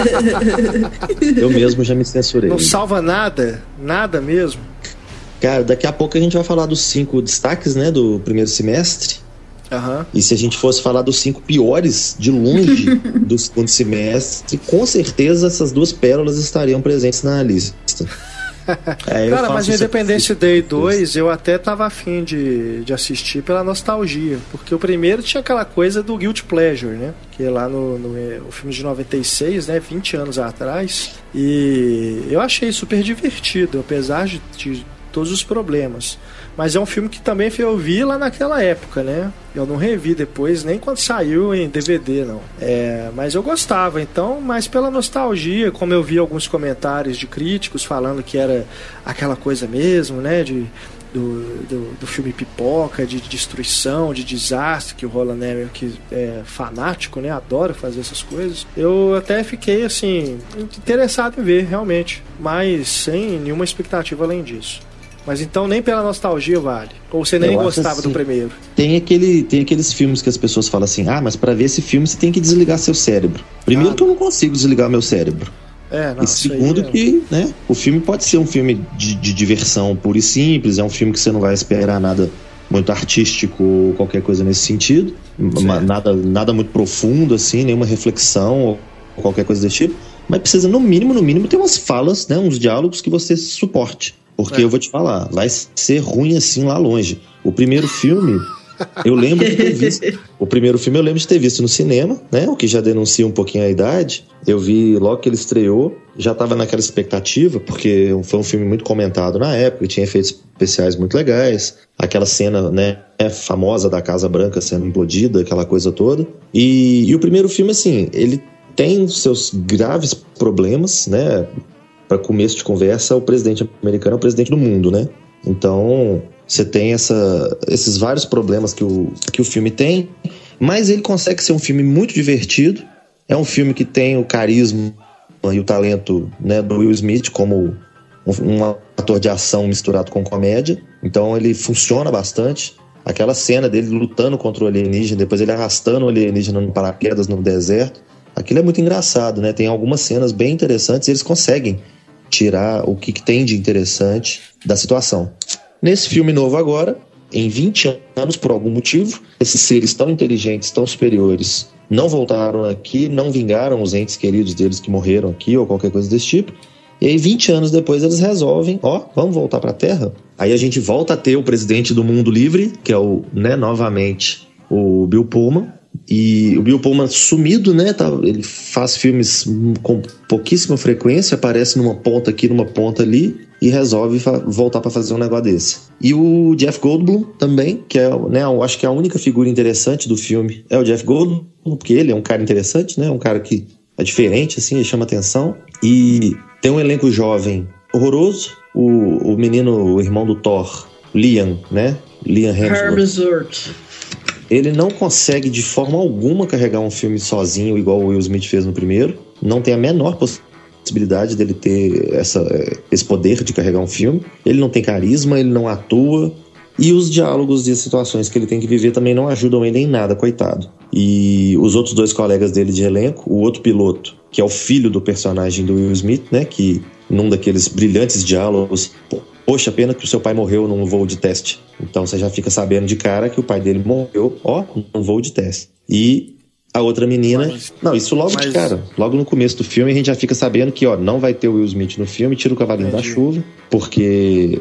Eu mesmo já me censurei. Não salva nada? Nada mesmo? Cara, daqui a pouco a gente vai falar dos 5 destaques, né, do primeiro semestre. E se a gente fosse falar dos 5 piores, de longe, do segundo semestre, com certeza essas 2 pérolas estariam presentes na lista. Cara, mas Independence Day 2 eu até tava afim de assistir pela nostalgia, porque o primeiro tinha aquela coisa do Guilty Pleasure, né? Que é lá no filme de 96, né? 20 anos atrás. E eu achei super divertido, apesar de todos os problemas. Mas é um filme que também eu vi lá naquela época, né? Eu não revi depois, nem quando saiu em DVD, não. Mas eu gostava, então, mas pela nostalgia, como eu vi alguns comentários de críticos falando que era aquela coisa mesmo, né? Do filme pipoca, de destruição, de desastre, que o Roland Emmerich é fanático, né? Adora fazer essas coisas. Eu até fiquei, assim, interessado em ver, realmente, mas sem nenhuma expectativa além disso. Mas então nem pela nostalgia vale? Ou você nem gostava do primeiro? Tem aqueles filmes que as pessoas falam assim, mas pra ver esse filme você tem que desligar seu cérebro. Primeiro que eu não consigo desligar meu cérebro. E segundo que, né, o filme pode ser um filme de diversão pura e simples, é um filme que você não vai esperar nada muito artístico ou qualquer coisa nesse sentido, nada muito profundo assim, nenhuma reflexão ou qualquer coisa desse tipo, mas precisa no mínimo ter umas falas, né, uns diálogos que você suporte. Porque eu vou te falar, vai ser ruim assim lá longe. O primeiro filme, eu lembro de ter visto. O primeiro filme eu lembro de ter visto no cinema, né? O que já denuncia um pouquinho a idade. Eu vi logo que ele estreou, já estava naquela expectativa, porque foi um filme muito comentado na época, tinha efeitos especiais muito legais. Aquela cena, né, famosa da Casa Branca sendo implodida, aquela coisa toda. E o primeiro filme, assim, ele tem seus graves problemas, né? Para começo de conversa, o presidente americano é o presidente do mundo, né? Então, você tem esses vários problemas que o filme tem, mas ele consegue ser um filme muito divertido. É um filme que tem o carisma e o talento, né, do Will Smith como um ator de ação misturado com comédia. Então, ele funciona bastante. Aquela cena dele lutando contra o alienígena, depois ele arrastando o alienígena no paraquedas no deserto. Aquilo é muito engraçado, né? Tem algumas cenas bem interessantes e eles conseguem tirar o que tem de interessante da situação. Nesse filme novo agora, em 20 anos, por algum motivo, esses seres tão inteligentes, tão superiores, não voltaram aqui, não vingaram os entes queridos deles que morreram aqui ou qualquer coisa desse tipo. E aí 20 anos depois eles resolvem, vamos voltar para a Terra? Aí a gente volta a ter o presidente do mundo livre, que é novamente o Bill Pullman. E o Bill Pullman sumido, né? Ele faz filmes com pouquíssima frequência, aparece numa ponta aqui, numa ponta ali, e resolve voltar para fazer um negócio desse. E o Jeff Goldblum também, que é, né, eu acho que a única figura interessante do filme é o Jeff Goldblum, porque ele é um cara interessante, né? Um cara que é diferente, assim, ele chama atenção. E tem um elenco jovem horroroso. O menino, o irmão do Thor, Liam, né? Liam Hemsworth. Ele não consegue de forma alguma carregar um filme sozinho, igual o Will Smith fez no primeiro. Não tem a menor possibilidade possibilidade dele ter esse poder de carregar um filme. Ele não tem carisma, ele não atua, e os diálogos e as situações que ele tem que viver também não ajudam ele em nada, coitado. E os outros 2 colegas dele de elenco, o outro piloto, que é o filho do personagem do Will Smith, né, que num daqueles brilhantes diálogos, poxa, pena que o seu pai morreu num voo de teste. Então você já fica sabendo de cara que o pai dele morreu, num voo de teste. E a outra menina... Não, isso logo de cara. Logo no começo do filme a gente já fica sabendo que, não vai ter o Will Smith no filme, tira o cavalinho da chuva, porque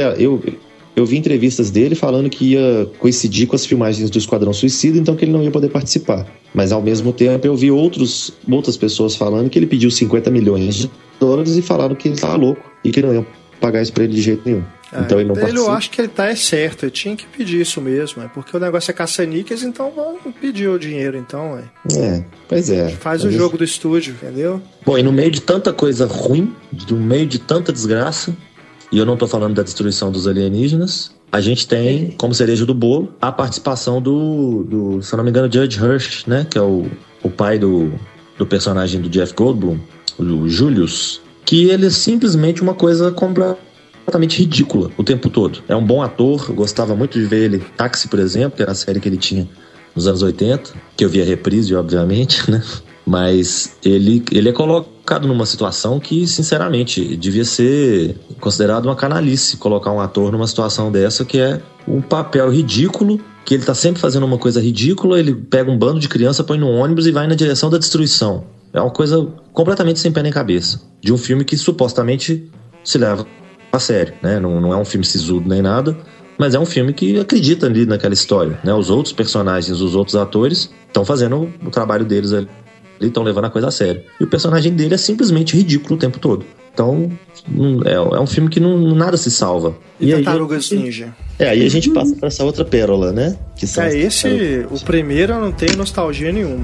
eu vi entrevistas dele falando que ia coincidir com as filmagens do Esquadrão Suicida, então que ele não ia poder participar. Mas ao mesmo tempo eu vi outras pessoas falando que ele pediu $50 milhões e falaram que ele estava louco e que não iam pagar isso pra ele de jeito nenhum. Então ele não participa. Eu acho que ele tá certo, ele tinha que pedir isso mesmo, porque o negócio é caça-níqueis, então vamos pedir o dinheiro, então. Pois é. Faz o jogo do estúdio, entendeu? Bom, e no meio de tanta coisa ruim, no meio de tanta desgraça, e eu não tô falando da destruição dos alienígenas, a gente tem, como cereja do bolo, a participação do se eu não me engano, Judge Hirsch, né? Que é o pai do personagem do Jeff Goldblum, o Julius, que ele é simplesmente uma coisa completamente ridícula o tempo todo. É um bom ator, eu gostava muito de ver ele em Táxi, por exemplo, que era a série que ele tinha nos anos 80, que eu via reprise, obviamente, né? Mas ele é colocado numa situação que, sinceramente, devia ser considerado uma canalice colocar um ator numa situação dessa, que é um papel ridículo, que ele tá sempre fazendo uma coisa ridícula, ele pega um bando de criança, põe no ônibus e vai na direção da destruição. É uma coisa completamente sem pé nem cabeça, de um filme que supostamente se leva a sério, né? Não é um filme sisudo nem nada, mas é um filme que acredita ali naquela história, né? Os outros personagens, os outros atores estão fazendo o trabalho deles ali, estão levando a coisa a sério. E o personagem dele é simplesmente ridículo o tempo todo. Então, é um filme que nada se salva. E Tartarugas Ninja? Aí a gente passa pra essa outra pérola, né? Que são o primeiro eu não tenho nostalgia nenhuma.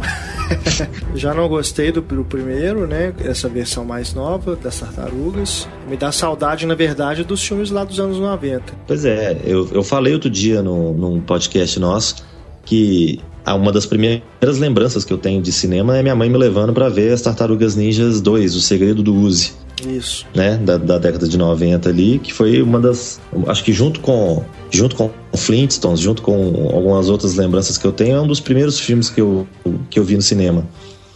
Já não gostei do primeiro, né? Essa versão mais nova das Tartarugas. Me dá saudade, na verdade, dos filmes lá dos anos 90. Pois é, eu falei outro dia num podcast nosso que uma das primeiras lembranças que eu tenho de cinema é minha mãe me levando pra ver as Tartarugas Ninjas 2, O Segredo do Uzi. Isso. Né? Da década de 90 ali, que foi uma das... Acho que junto com Flintstones, junto com algumas outras lembranças que eu tenho, é um dos primeiros filmes que eu vi no cinema.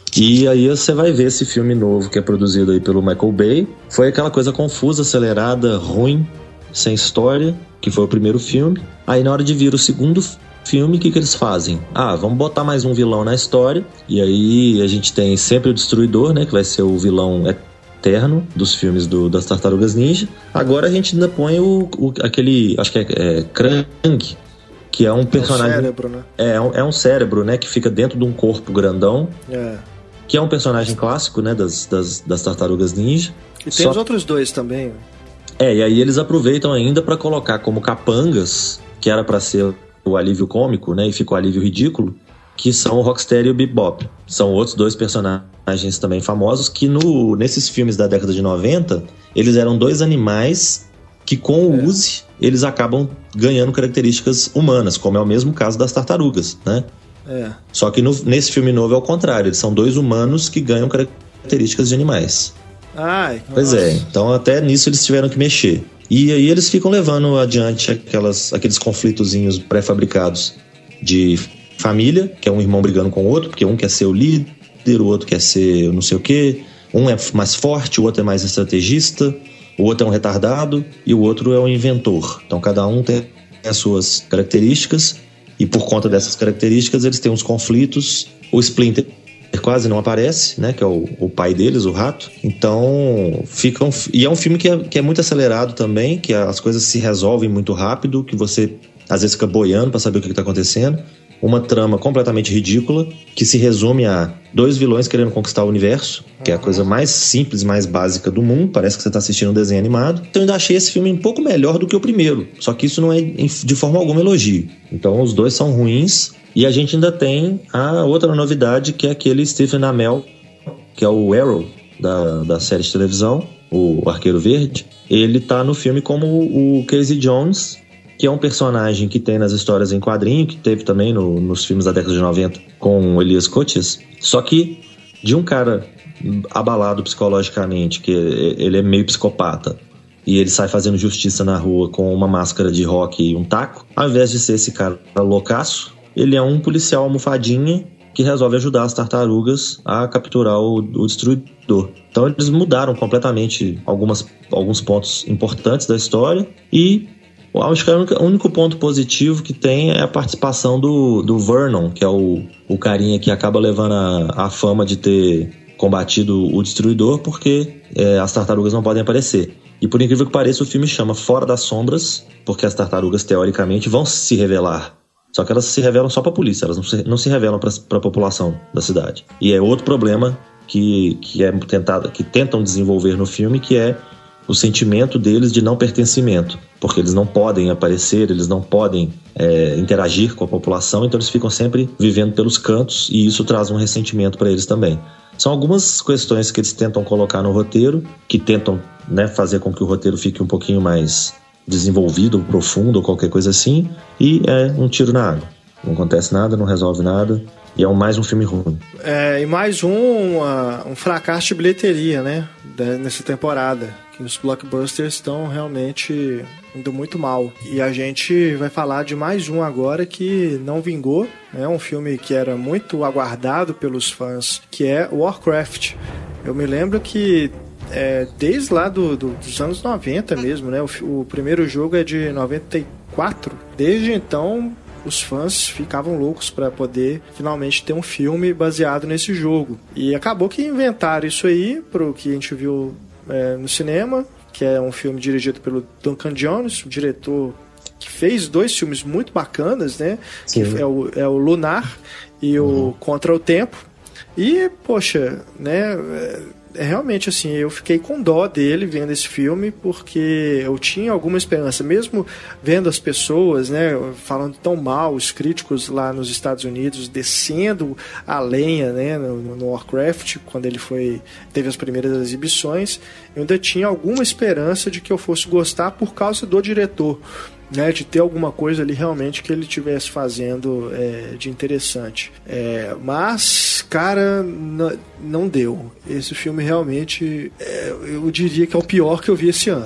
E aí você vai ver esse filme novo que é produzido aí pelo Michael Bay. Foi aquela coisa confusa, acelerada, ruim, sem história, que foi o primeiro filme. Aí na hora de vir o segundo filme, o que eles fazem? Vamos botar mais um vilão na história. E aí a gente tem sempre o Destruidor, né? Que vai ser o vilão eterno dos filmes das Tartarugas Ninja. Agora a gente ainda põe aquele, acho que é Krang, que é um personagem... É um cérebro, né? É um cérebro, né? Que fica dentro de um corpo grandão. Que é um personagem clássico, né? Das Tartarugas Ninja. E tem os outros dois também. E aí eles aproveitam ainda para colocar como capangas, que era para ser o alívio cômico, né? E ficou alívio ridículo, que são o Rocksteady e o Bebop. São outros dois personagens também famosos que nesses filmes da década de 90, eles eram dois animais que com o Uzi eles acabam ganhando características humanas, como é o mesmo caso das tartarugas, né? Só que nesse filme novo é o contrário, eles são dois humanos que ganham características de animais. Pois é, então até nisso eles tiveram que mexer. E aí eles ficam levando adiante aqueles conflitozinhos pré-fabricados de família, que é um irmão brigando com o outro, porque um quer ser o líder, o outro quer ser não sei o quê. Um é mais forte, o outro é mais estrategista, o outro é um retardado e o outro é um inventor. Então cada um tem as suas características e por conta dessas características eles têm uns conflitos. O Splinter quase não aparece, né? Que é o pai deles, o rato. Então ficam... E é um filme que é muito acelerado também, que as coisas se resolvem muito rápido, que você às vezes fica boiando pra saber o que tá acontecendo. Uma trama completamente ridícula, que se resume a dois vilões querendo conquistar o universo, que é a coisa mais simples, mais básica do mundo. Parece que você tá assistindo um desenho animado. Então eu ainda achei esse filme um pouco melhor do que o primeiro. Só que isso não é de forma alguma elogio. Então os dois são ruins. E a gente ainda tem a outra novidade, que é aquele Stephen Amell, que é o Arrow da série de televisão, o Arqueiro Verde. Ele tá no filme como o Casey Jones, que é um personagem que tem nas histórias em quadrinho, que teve também nos filmes da década de 90 com Elias Koteas. Só que de um cara abalado psicologicamente, que ele é meio psicopata, e ele sai fazendo justiça na rua com uma máscara de rock e um taco, ao invés de ser esse cara loucaço, ele é um policial almofadinha que resolve ajudar as tartarugas a capturar o destruidor. Então eles mudaram completamente alguns pontos importantes da história, e acho que o único ponto positivo que tem é a participação do Vernon, que é o carinha que acaba levando a fama de ter combatido o destruidor, porque as tartarugas não podem aparecer. E por incrível que pareça, o filme chama Fora das Sombras, porque as tartarugas, teoricamente, vão se revelar. Só que elas se revelam só pra polícia, elas não se revelam pra população da cidade. E é outro problema que tentam desenvolver no filme, que é o sentimento deles de não pertencimento, porque eles não podem aparecer, eles não podem interagir com a população, então eles ficam sempre vivendo pelos cantos, e isso traz um ressentimento para eles também. São algumas questões que eles tentam colocar no roteiro, que tentam, né, fazer com que o roteiro fique um pouquinho mais desenvolvido, profundo, ou qualquer coisa assim, e é um tiro na água. Não acontece nada, não resolve nada, e é mais um filme ruim. E mais um fracasso de bilheteria, né, nessa temporada. Que os blockbusters estão realmente indo muito mal. E a gente vai falar de mais um agora que não vingou. É um filme que era muito aguardado pelos fãs, que é Warcraft. Eu me lembro que desde lá dos anos 90 mesmo, né? O primeiro jogo é de 94. Desde então, os fãs ficavam loucos para poder finalmente ter um filme baseado nesse jogo. E acabou que inventaram isso aí, pro que a gente viu no cinema, que é um filme dirigido pelo Duncan Jones, um diretor que fez 2 filmes muito bacanas, né? Sim. Que é o Lunar e o Contra o Tempo. E, poxa, né? Realmente, assim, eu fiquei com dó dele vendo esse filme, porque eu tinha alguma esperança, mesmo vendo as pessoas, né, falando tão mal, os críticos lá nos Estados Unidos descendo a lenha, né, no Warcraft, quando ele teve as primeiras exibições, eu ainda tinha alguma esperança de que eu fosse gostar por causa do diretor, né, de ter alguma coisa ali realmente que ele estivesse fazendo de interessante. Mas, cara, não deu. Esse filme realmente, eu diria que é o pior que eu vi esse ano.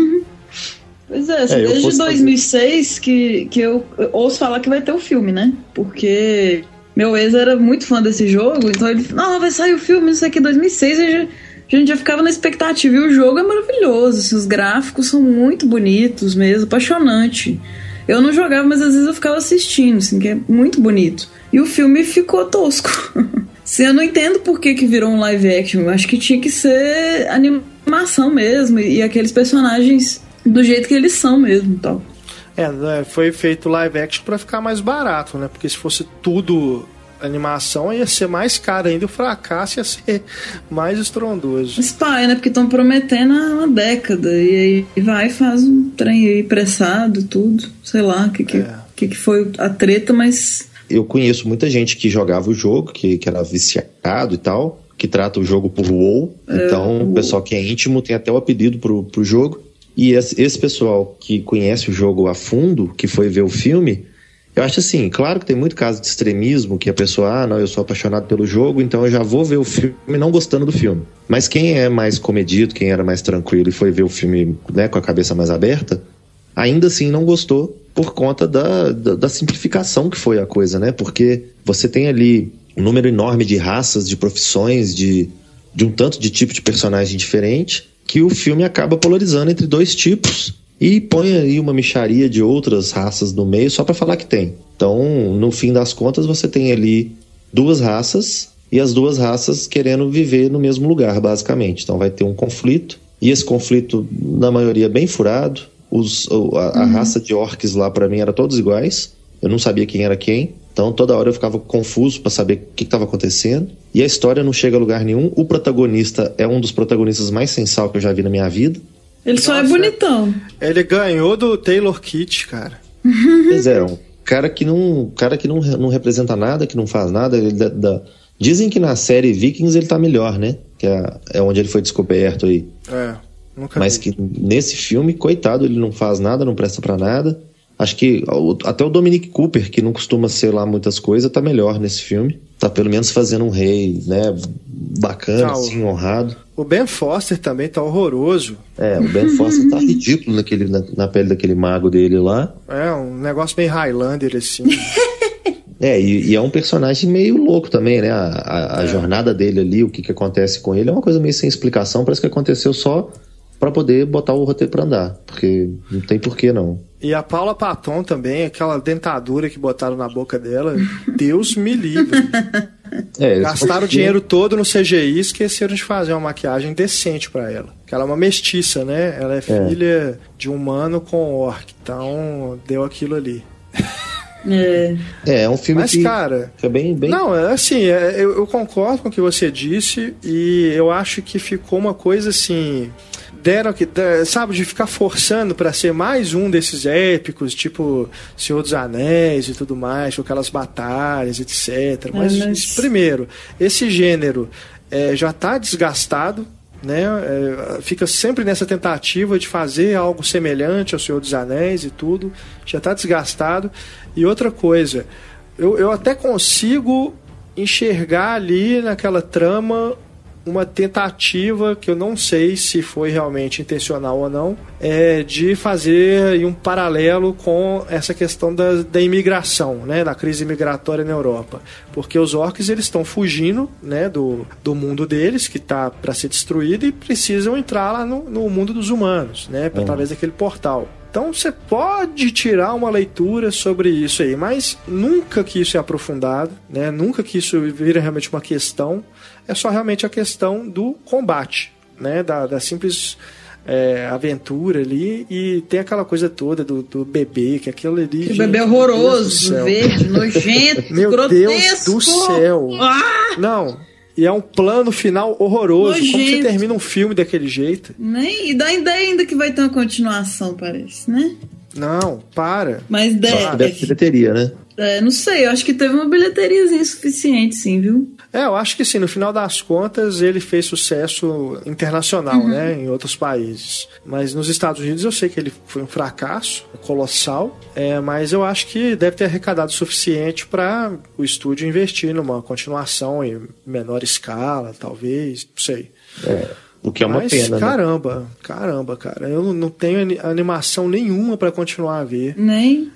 Pois é, desde 2006 que eu ouço falar que vai ter o filme, né? Porque meu ex era muito fã desse jogo, então ele falou, não, vai sair o filme, isso aqui em 2006, a gente já ficava na expectativa, e o jogo é maravilhoso, assim, os gráficos são muito bonitos mesmo, apaixonante. Eu não jogava, mas às vezes eu ficava assistindo, assim, que é muito bonito. E o filme ficou tosco. Assim, eu não entendo por que virou um live action, eu acho que tinha que ser animação mesmo, e aqueles personagens do jeito que eles são mesmo, tal. Foi feito live action pra ficar mais barato, né? Porque se fosse tudo animação, ia ser mais caro ainda, o fracasso ia ser mais estrondoso. Spy, né? Porque estão prometendo há uma década, e aí vai e faz um trem aí pressado, tudo, sei lá, o que foi a treta, mas... Eu conheço muita gente que jogava o jogo, que era viciado e tal, que trata o jogo por WoW, então o pessoal que é íntimo tem até o apelido pro jogo, e esse pessoal que conhece o jogo a fundo, que foi ver o filme, eu acho assim, claro que tem muito caso de extremismo, que a pessoa, não, eu sou apaixonado pelo jogo, então eu já vou ver o filme não gostando do filme. Mas quem é mais comedido, quem era mais tranquilo e foi ver o filme, né, com a cabeça mais aberta, ainda assim não gostou por conta da simplificação que foi a coisa, né? Porque você tem ali um número enorme de raças, de profissões, de um tanto de tipo de personagem diferente, que o filme acaba polarizando entre 2 tipos, e põe aí uma mixaria de outras raças no meio só para falar que tem. Então, no fim das contas, você tem ali 2 raças, e as 2 raças querendo viver no mesmo lugar, basicamente. Então vai ter um conflito, e esse conflito, na maioria, bem furado. A raça de orcs lá, para mim, era todos iguais. Eu não sabia quem era quem. Então, toda hora eu ficava confuso para saber o que estava acontecendo. E a história não chega a lugar nenhum. O protagonista é um dos protagonistas mais sem sal que eu já vi na minha vida. Ele só é bonitão. Ele ganhou do Taylor Kitsch, cara. Pois é, um cara que não representa nada, que não faz nada. Dizem que na série Vikings ele tá melhor, né? Que é onde ele foi descoberto aí. Nunca Mas vi. Que nesse filme, coitado, ele não faz nada, não presta pra nada. Acho que até o Dominic Cooper, que não costuma ser lá muitas coisas, tá melhor nesse filme. tá pelo menos fazendo um rei, né, bacana, assim, honrado. O Ben Foster também tá horroroso. O Ben Foster tá ridículo na pele daquele mago dele lá. Um negócio meio Highlander, assim. E é um personagem meio louco também, né? A jornada dele ali, o que acontece com ele, é uma coisa meio sem explicação. Parece que aconteceu só pra poder botar o roteiro pra andar, porque não tem porquê, não. E a Paula Patton também, aquela dentadura que botaram na boca dela, Deus me livre. Gastaram o dinheiro todo no CGI e esqueceram de fazer uma maquiagem decente pra ela. Porque ela é uma mestiça, né? Ela é filha de um humano com orc, então deu aquilo ali. É um filme que cara, é bem... Não, assim, eu concordo com o que você disse e eu acho que ficou uma coisa assim... sabe, de ficar forçando pra ser mais um desses épicos, tipo Senhor dos Anéis e tudo mais, com aquelas batalhas, etc. Mas primeiro, esse gênero já tá desgastado, né? Fica sempre nessa tentativa de fazer algo semelhante ao Senhor dos Anéis e tudo, já tá desgastado. E outra coisa, eu até consigo enxergar ali naquela trama uma tentativa, que eu não sei se foi realmente intencional ou não, de fazer um paralelo com essa questão da imigração, né, da crise migratória na Europa. Porque os orcs eles estão fugindo, né, do mundo deles, que está para ser destruído, e precisam entrar lá no mundo dos humanos, né, através daquele portal. Então você pode tirar uma leitura sobre isso aí, mas nunca que isso é aprofundado, né? Nunca que isso vira realmente uma questão. É só realmente a questão do combate, né? Da simples aventura ali, e tem aquela coisa toda do bebê, que aquilo ali... O bebê horroroso, verde, nojento, meu grotesco. Deus do céu! Não... E é um plano final horroroso. Nojento. Como você termina um filme daquele jeito? E dá ideia ainda que vai ter uma continuação, parece, né? Não, para. Mas deve ter bilheteria, né? Não sei, eu acho que teve uma bilheteriazinha suficiente, sim, viu? Eu acho que sim, no final das contas ele fez sucesso internacional, né, em outros países. Mas nos Estados Unidos eu sei que ele foi um fracasso colossal, mas eu acho que deve ter arrecadado o suficiente para o estúdio investir numa continuação em menor escala, talvez, não sei. O que é uma pena, caramba, né? Cara, eu não tenho animação nenhuma para continuar a ver. Nem...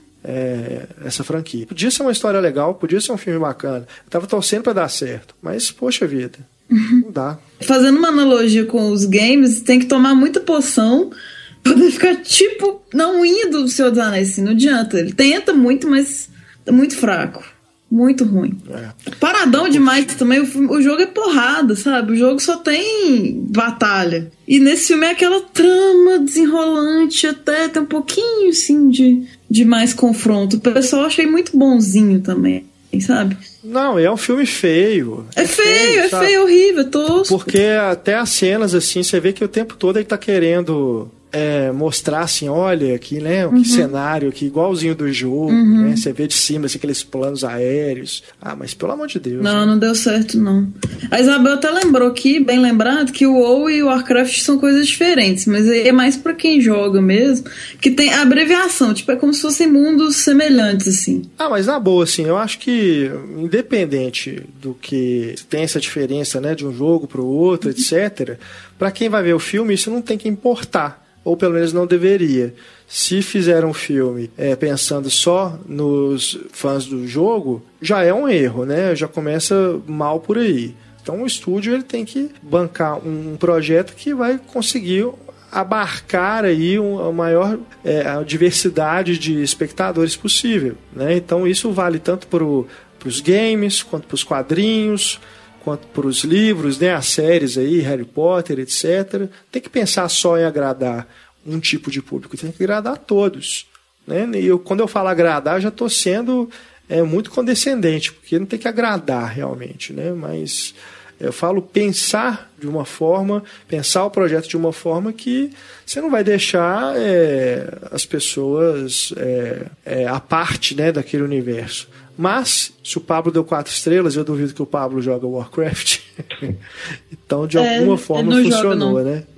essa franquia. Podia ser uma história legal, podia ser um filme bacana. Eu tava torcendo pra dar certo, mas poxa vida, não dá. Fazendo uma analogia com os games, tem que tomar muita poção pra poder ficar tipo na unha do Senhor dos Anéis, assim, não adianta. Ele tenta muito, mas é muito fraco. Muito ruim. Paradão demais também. O jogo é porrada, sabe? O jogo só tem batalha. E nesse filme é aquela trama desenrolante, até tem um pouquinho, assim, de mais confronto. O pessoal achei muito bonzinho também, sabe? Não, é um filme feio. É feio, horrível, tosco. Porque até as cenas, assim, você vê que o tempo todo ele tá querendo... mostrar assim, olha aqui, né, que cenário aqui, igualzinho do jogo, né, você vê de cima assim, aqueles planos aéreos. Mas pelo amor de Deus. Não deu certo, não. A Isabel até lembrou aqui, bem lembrado, que o WoW e o Warcraft são coisas diferentes, mas é mais pra quem joga mesmo, que tem a abreviação, tipo, é como se fossem mundos semelhantes, assim. Mas na boa, assim, eu acho que independente do que tem essa diferença, né, de um jogo pro outro, etc., pra quem vai ver o filme, isso não tem que importar. Ou pelo menos não deveria. Se fizer um filme pensando só nos fãs do jogo, já é um erro, né? Já começa mal por aí. Então o estúdio ele tem que bancar um projeto que vai conseguir abarcar aí a maior a diversidade de espectadores possível, né? Então isso vale tanto para os games, quanto para os quadrinhos, quanto para os livros, né, as séries aí, Harry Potter, etc. Tem que pensar só em agradar um tipo de público, tem que agradar a todos, né? E quando eu falo agradar, eu já estou sendo muito condescendente, porque não tem que agradar realmente, né? Mas eu falo pensar de uma forma, pensar o projeto de uma forma que você não vai deixar as pessoas à parte, né, daquele universo. Mas, se o Pablo deu 4 estrelas, eu duvido que o Pablo joga Warcraft. Então, de alguma forma, funcionou, joga, né?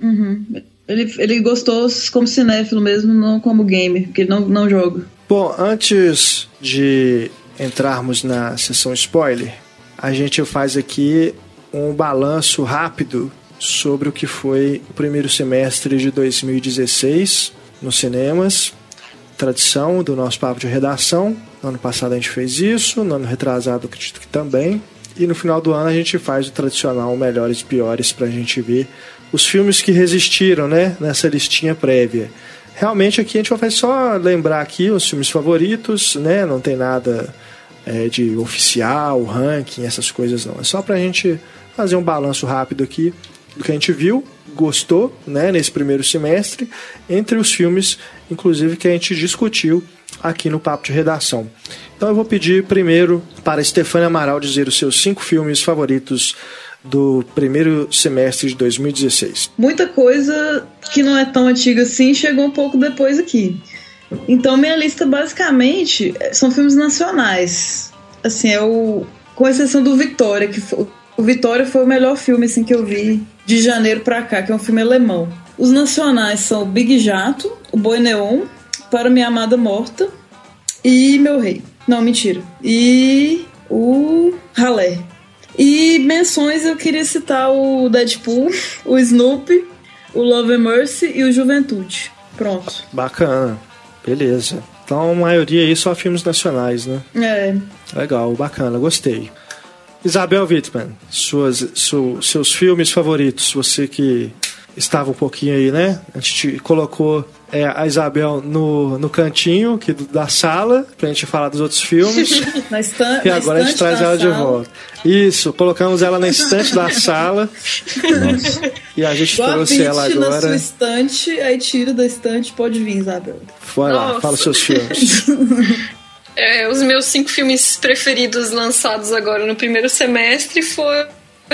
Ele gostou como cinéfilo mesmo, não como gamer, porque ele não joga. Bom, antes de entrarmos na sessão spoiler, a gente faz aqui um balanço rápido sobre o que foi o primeiro semestre de 2016 nos cinemas. Tradição do nosso papo de redação. No ano passado a gente fez isso, no ano retrasado acredito que também. E no final do ano a gente faz o tradicional melhores e piores pra gente ver os filmes que resistiram, né, nessa listinha prévia. Realmente aqui a gente vai só lembrar aqui os filmes favoritos, né, não tem nada de oficial, ranking, essas coisas não. É só pra gente fazer um balanço rápido aqui do que a gente viu, gostou, né, nesse primeiro semestre, entre os filmes, inclusive, que a gente discutiu aqui no Papo de Redação. Então eu vou pedir primeiro para a Stefânia Amaral dizer os seus 5 filmes favoritos do primeiro semestre de 2016. Muita coisa que não é tão antiga assim chegou um pouco depois aqui. Então minha lista basicamente são filmes nacionais. Assim, com exceção do Vitória, o Vitória foi o melhor filme assim, que eu vi de janeiro pra cá, que é um filme alemão. Os nacionais são Big Jato, O Boi Neon, Para Minha Amada Morta e Meu Rei. Não, mentira. E o Ralé. E menções eu queria citar o Deadpool, o Snoopy, o Love and Mercy e o Juventude. Pronto. Bacana. Beleza. Então a maioria aí só filmes nacionais, né? É. Legal, bacana, gostei. Isabel Wittmann, seus filmes favoritos, você que estava um pouquinho aí, né? A gente colocou a Isabel no cantinho aqui da sala pra gente falar dos outros filmes. E agora a gente traz ela de volta. Isso, colocamos ela na estante da sala. Nossa. E a gente trouxe ela agora. Na sua estante, aí tira da estante, pode vir, Isabel. Vai lá, fala os seus filmes. Os meus 5 filmes preferidos lançados agora no primeiro semestre foram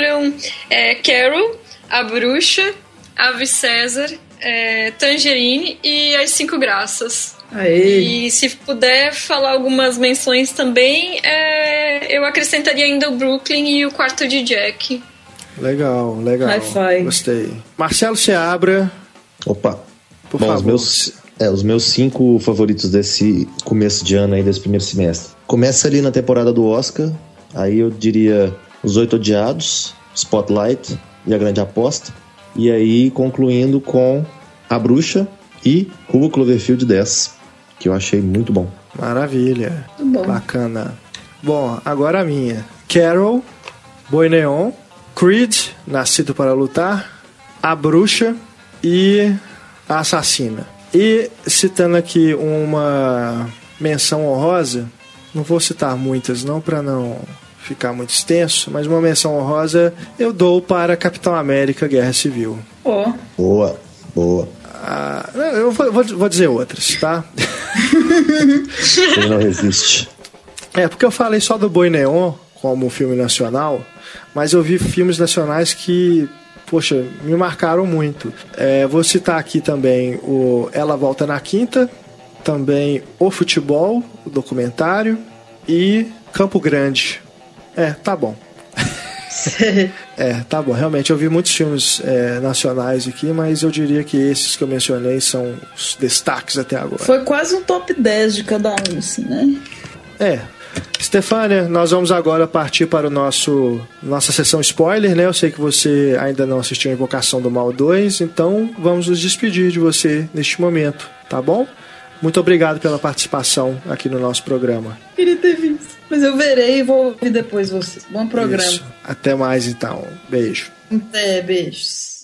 Carol, A Bruxa, Ave César, Tangerine e As 5 Graças. Aê. E se puder falar algumas menções também, eu acrescentaria ainda o Brooklyn e o Quarto de Jack. Legal. Hi-fi. Gostei. Marcelo Seabra. Opa. Por favor. Os meus 5 favoritos desse começo de ano aí, desse primeiro semestre. Começa ali na temporada do Oscar, aí eu diria Os 8 Odiados, Spotlight e A Grande Aposta. E aí concluindo com A Bruxa e Rua Cloverfield 10, que eu achei muito bom. Maravilha. Muito bom. Bacana. Bom, agora a minha. Carol, Boi Neon, Creed, Nascido para Lutar, A Bruxa e A Assassina. E citando aqui uma menção honrosa, não vou citar muitas não para não ficar muito extenso, mas uma menção honrosa eu dou para Capitão América Guerra Civil. Boa. Eu vou dizer outras, tá? Ele não resiste. Porque eu falei só do Boi Neon como filme nacional, mas eu vi filmes nacionais que, poxa, me marcaram muito. Vou citar aqui também o Ela Volta na Quinta, também O Futebol, o documentário, e Campo Grande. Tá bom. Tá bom. Realmente, eu vi muitos filmes nacionais aqui, mas eu diria que esses que eu mencionei são os destaques até agora. Foi quase um top 10 de cada um, assim, né? Stefânia, nós vamos agora partir para nossa sessão spoiler, né? Eu sei que você ainda não assistiu a Invocação do Mal 2, então vamos nos despedir de você neste momento, tá bom? Muito obrigado pela participação aqui no nosso programa. Queria ter visto, mas eu verei e vou ouvir depois vocês. Bom programa. Isso. Até mais então. Beijo. Beijos.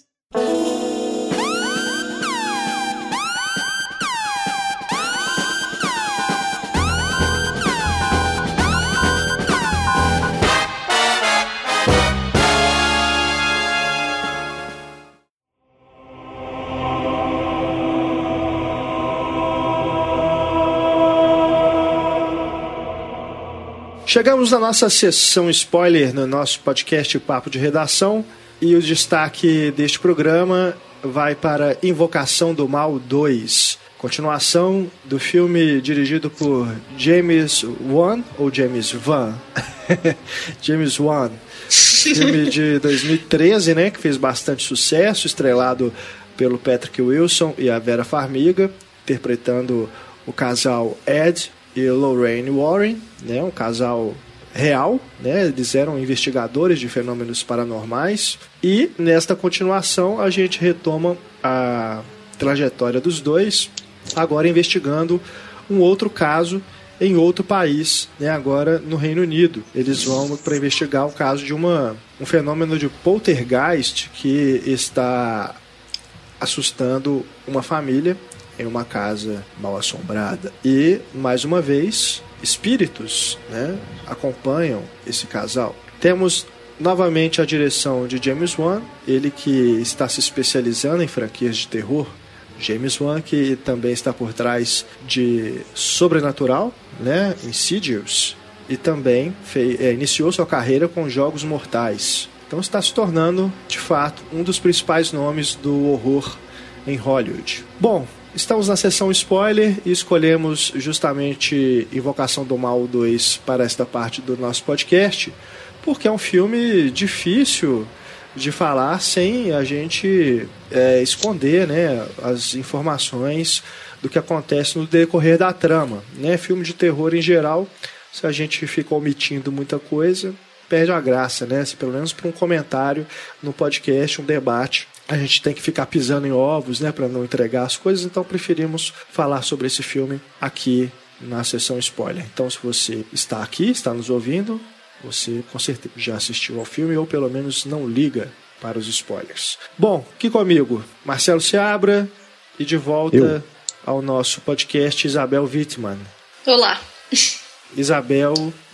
Chegamos na nossa sessão spoiler no nosso podcast Papo de Redação e o destaque deste programa vai para Invocação do Mal 2, continuação do filme dirigido por James Wan, ou James Van, James Wan, filme de 2013, né, que fez bastante sucesso, estrelado pelo Patrick Wilson e a Vera Farmiga, interpretando o casal Ed e Lorraine Warren, né, um casal real, né? Eles eram investigadores de fenômenos paranormais, e nesta continuação a gente retoma a trajetória dos dois, agora investigando um outro caso em outro país, né? Agora no Reino Unido. Eles vão para investigar o caso de um fenômeno de poltergeist que está assustando uma família em uma casa mal assombrada. E, mais uma vez, espíritos, né, acompanham esse casal. Temos novamente a direção de James Wan, ele que está se especializando em franquias de terror. James Wan, que também está por trás de Sobrenatural, né, Insidious, e também iniciou sua carreira com Jogos Mortais. Então está se tornando, de fato, um dos principais nomes do horror em Hollywood. Bom, estamos na sessão spoiler e escolhemos justamente Invocação do Mal 2 para esta parte do nosso podcast, porque é um filme difícil de falar sem a gente esconder, né, as informações do que acontece no decorrer da trama, né? Filme de terror em geral, se a gente fica omitindo muita coisa, perde a graça, né? Se pelo menos para um comentário no podcast, um debate, a gente tem que ficar pisando em ovos, né, para não entregar as coisas, então preferimos falar sobre esse filme aqui na sessão spoiler. Então, se você está aqui, está nos ouvindo, você com certeza já assistiu ao filme ou pelo menos não liga para os spoilers. Bom, aqui comigo, Marcelo Seabra, e de volta ao nosso podcast, Isabel Wittmann. Olá. Isabel,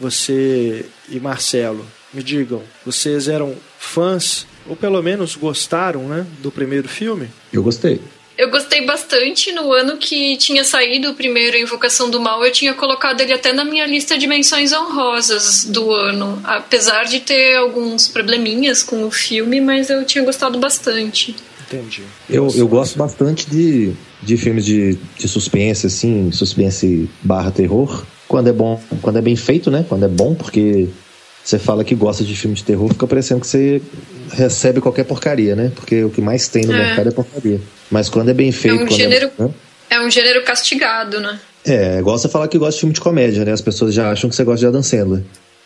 você e Marcelo, me digam, vocês eram fãs, ou pelo menos gostaram, né, do primeiro filme? Eu gostei. Eu gostei bastante. No ano que tinha saído o primeiro Invocação do Mal, eu tinha colocado ele até na minha lista de menções honrosas do ano, apesar de ter alguns probleminhas com o filme, mas eu tinha gostado bastante. Entendi. Eu gosto bastante de filmes de suspense, assim, suspense / terror, quando é bom, quando é bem feito, né? Quando é bom, porque você fala que gosta de filme de terror, fica parecendo que você recebe qualquer porcaria, né? Porque o que mais tem no mercado é porcaria. Mas quando é bem feito... É um gênero castigado, né? É igual você falar que gosta de filme de comédia, né? As pessoas já acham que você gosta de Adam Sandler.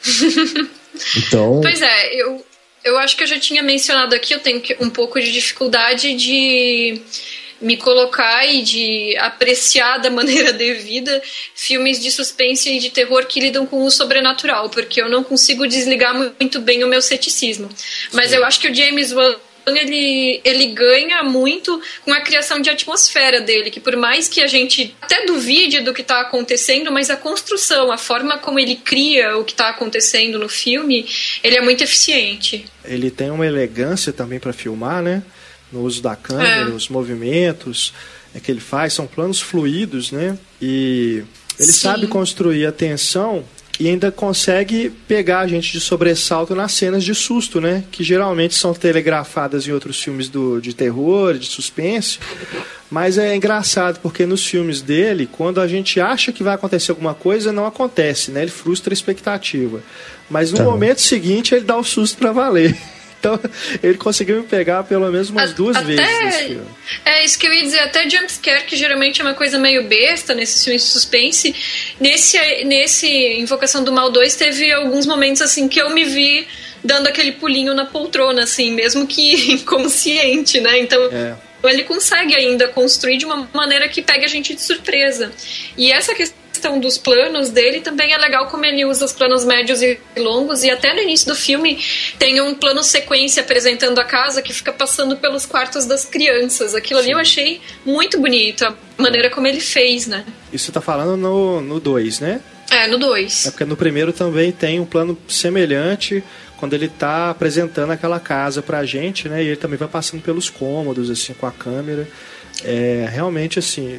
Então... Pois é, eu acho que eu já tinha mencionado aqui, eu tenho um pouco de dificuldade de me colocar e de apreciar da maneira devida filmes de suspense e de terror que lidam com o sobrenatural, porque eu não consigo desligar muito bem o meu ceticismo. Mas eu acho que o James Wan, ele ganha muito com a criação de atmosfera dele, que por mais que a gente até duvide do que está acontecendo, mas a construção, a forma como ele cria o que está acontecendo no filme, ele é muito eficiente. Ele tem uma elegância também para filmar, né? No uso da câmera, os movimentos que ele faz, são planos fluidos, né? E ele sabe construir a tensão e ainda consegue pegar a gente de sobressalto nas cenas de susto, né? Que geralmente são telegrafadas em outros filmes de terror, de suspense. Mas é engraçado, porque nos filmes dele, quando a gente acha que vai acontecer alguma coisa, não acontece, né? Ele frustra a expectativa. Mas no momento seguinte, ele dá o susto para valer. Então, ele conseguiu me pegar pelo menos umas duas vezes nesse filme. É isso que eu ia dizer, até jumpscare, que geralmente é uma coisa meio besta nesses filmes de suspense. Nesse Invocação do Mal 2, teve alguns momentos assim que eu me vi dando aquele pulinho na poltrona, assim, mesmo que inconsciente, né? Então, ele consegue ainda construir de uma maneira que pegue a gente de surpresa. E essa questão dos planos dele também é legal, como ele usa os planos médios e longos, e até no início do filme tem um plano sequência apresentando a casa que fica passando pelos quartos das crianças. Aquilo ali eu achei muito bonito, a maneira como ele fez, né? Isso você tá falando no 2, né? É, no 2. É porque no primeiro também tem um plano semelhante, quando ele tá apresentando aquela casa pra gente, né? E ele também vai passando pelos cômodos, assim, com a câmera. Realmente, assim,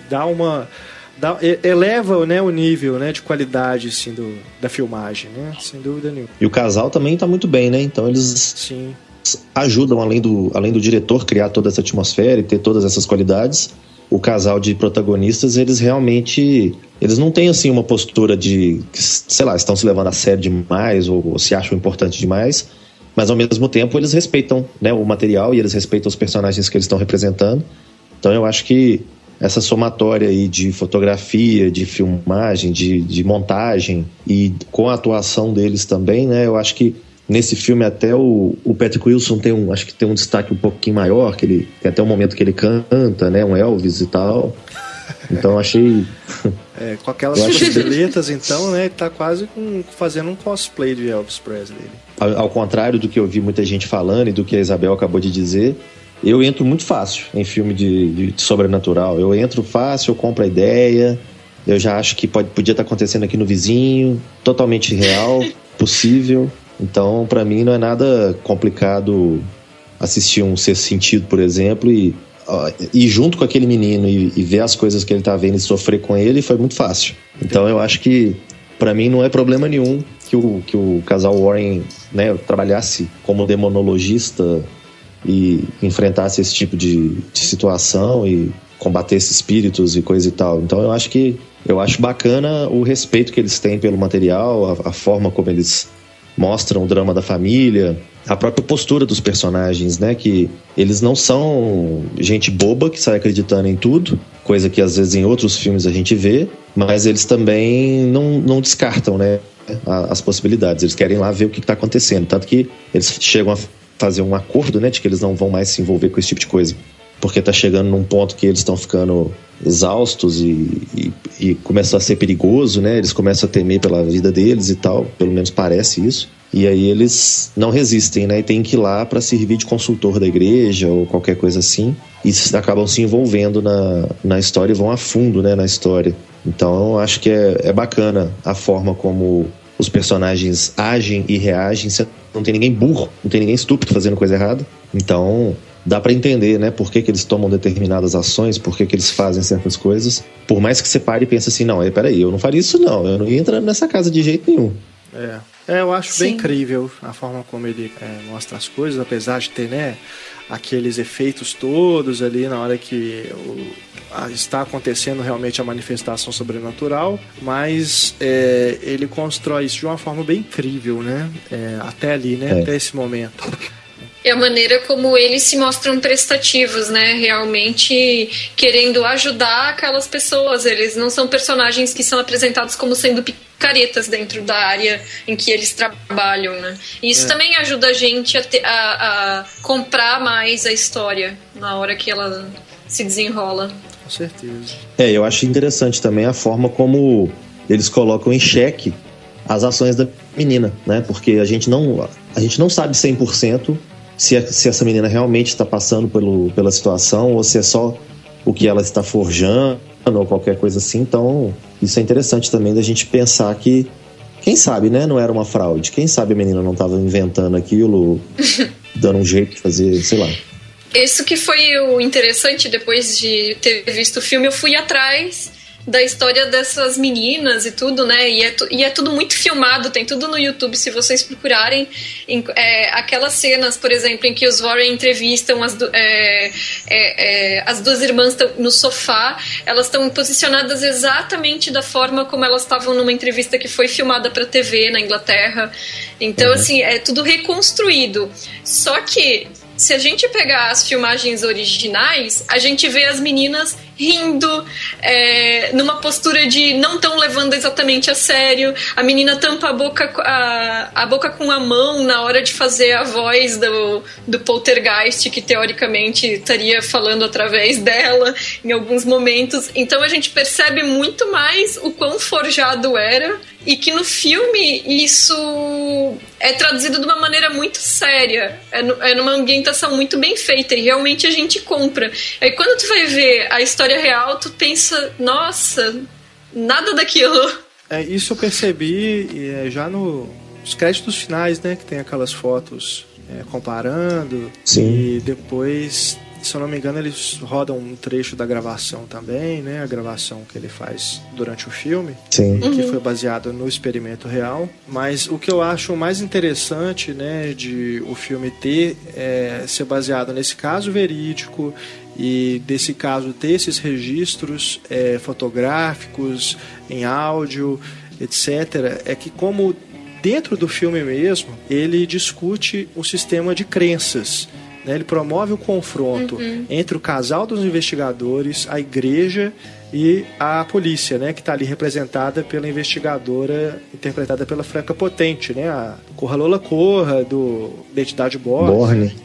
eleva, né, o nível, né, de qualidade, assim, da filmagem, né? Sem dúvida nenhuma. E o casal também tá muito bem, né? Então eles ajudam, além do diretor criar toda essa atmosfera e ter todas essas qualidades, o casal de protagonistas, eles realmente... Eles não têm, assim, uma postura de... sei lá, estão se levando a sério demais ou se acham importante demais, mas ao mesmo tempo eles respeitam, né, o material, e eles respeitam os personagens que eles estão representando. Então eu acho que essa somatória aí de fotografia, de filmagem, de montagem e com a atuação deles também, né? Eu acho que nesse filme até o Patrick Wilson acho que tem um destaque um pouquinho maior, que ele tem até um momento que ele canta, né? Um Elvis e tal. Então achei... com aquelas costeletas, então, né? Ele tá quase fazendo um cosplay de Elvis Presley. Ao contrário do que eu vi muita gente falando e do que a Isabel acabou de dizer, eu entro muito fácil em filme de sobrenatural. Eu entro fácil, eu compro a ideia, eu já acho que podia estar acontecendo aqui no vizinho, totalmente real, possível. Então, pra mim, não é nada complicado assistir um Sexto Sentido, por exemplo, e junto com aquele menino e ver as coisas que ele tá vendo e sofrer com ele, foi muito fácil. Então, eu acho que, pra mim, não é problema nenhum que o casal Warren, né, trabalhasse como demonologista e enfrentasse esse tipo de situação e combatesse espíritos e coisa e tal. Então eu acho bacana o respeito que eles têm pelo material, a forma como eles mostram o drama da família, a própria postura dos personagens, né? Que eles não são gente boba que sai acreditando em tudo, coisa que às vezes em outros filmes a gente vê, mas eles também não descartam, né, as possibilidades. Eles querem lá ver o que está acontecendo, tanto que eles chegam a fazer um acordo, né, de que eles não vão mais se envolver com esse tipo de coisa, porque tá chegando num ponto que eles estão ficando exaustos e começa a ser perigoso, né? Eles começam a temer pela vida deles e tal, pelo menos parece isso. E aí eles não resistem, né? E tem que ir lá para servir de consultor da igreja ou qualquer coisa assim, e acabam se envolvendo na história e vão a fundo, né, na história. Então eu acho que é bacana a forma como os personagens agem e reagem. Não tem ninguém burro, não tem ninguém estúpido fazendo coisa errada. Então dá pra entender, né, por que eles tomam determinadas ações, por que eles fazem certas coisas. Por mais que você pare e pense assim, não, peraí, eu não faria isso não, eu não ia entrar nessa casa de jeito nenhum. Eu acho bem incrível a forma como ele mostra as coisas, apesar de ter, né, aqueles efeitos todos ali na hora que está acontecendo realmente a manifestação sobrenatural, mas ele constrói isso de uma forma bem incrível, né? Até ali, né? Até esse momento. E a maneira como eles se mostram prestativos, né? Realmente querendo ajudar aquelas pessoas. Eles não são personagens que são apresentados como sendo picaretas dentro da área em que eles trabalham, né? E isso também ajuda a gente a comprar mais a história na hora que ela se desenrola. Com certeza. Eu acho interessante também a forma como eles colocam em xeque as ações da menina, né? Porque a gente não sabe 100% se essa menina realmente está passando pela situação ou se é só o que ela está forjando ou qualquer coisa assim. Então, isso é interessante também da gente pensar que, quem sabe, né? Não era uma fraude. Quem sabe a menina não estava inventando aquilo, dando um jeito de fazer, sei lá. Isso que foi o interessante. Depois de ter visto o filme, eu fui atrás da história dessas meninas e tudo, né? E é tudo muito filmado, tem tudo no YouTube, se vocês procurarem. Aquelas cenas, por exemplo, em que os Warren entrevistam as duas irmãs no sofá, elas estão posicionadas exatamente da forma como elas estavam numa entrevista que foi filmada para TV na Inglaterra. Então, assim, é tudo reconstruído. Só que, se a gente pegar as filmagens originais, a gente vê as meninas rindo, numa postura de não estão levando exatamente a sério. A menina tampa a boca com a mão na hora de fazer a voz do poltergeist, que teoricamente estaria falando através dela em alguns momentos. Então a gente percebe muito mais o quão forjado era, e que no filme isso é traduzido de uma maneira muito séria, é numa ambientação muito bem feita, e realmente a gente compra. Aí quando tu vai ver a história real, tu pensa, nossa, nada daquilo. Isso eu percebi já nos créditos finais, né, que tem aquelas fotos comparando. Sim. E depois, se eu não me engano, eles rodam um trecho da gravação também, né? A gravação que ele faz durante o filme. Sim. Que foi baseado no experimento real. Mas o que eu acho mais interessante, né, de o filme ser baseado nesse caso verídico e desse caso ter esses registros fotográficos, em áudio, etc., é que como dentro do filme mesmo, ele discute um sistema de crenças né? Ele promove o confronto entre o casal dos investigadores, a igreja e a polícia, né? Que está ali representada pela investigadora, interpretada pela Franca Potente, né? A Corra Lola Corra, do Identidade Borne.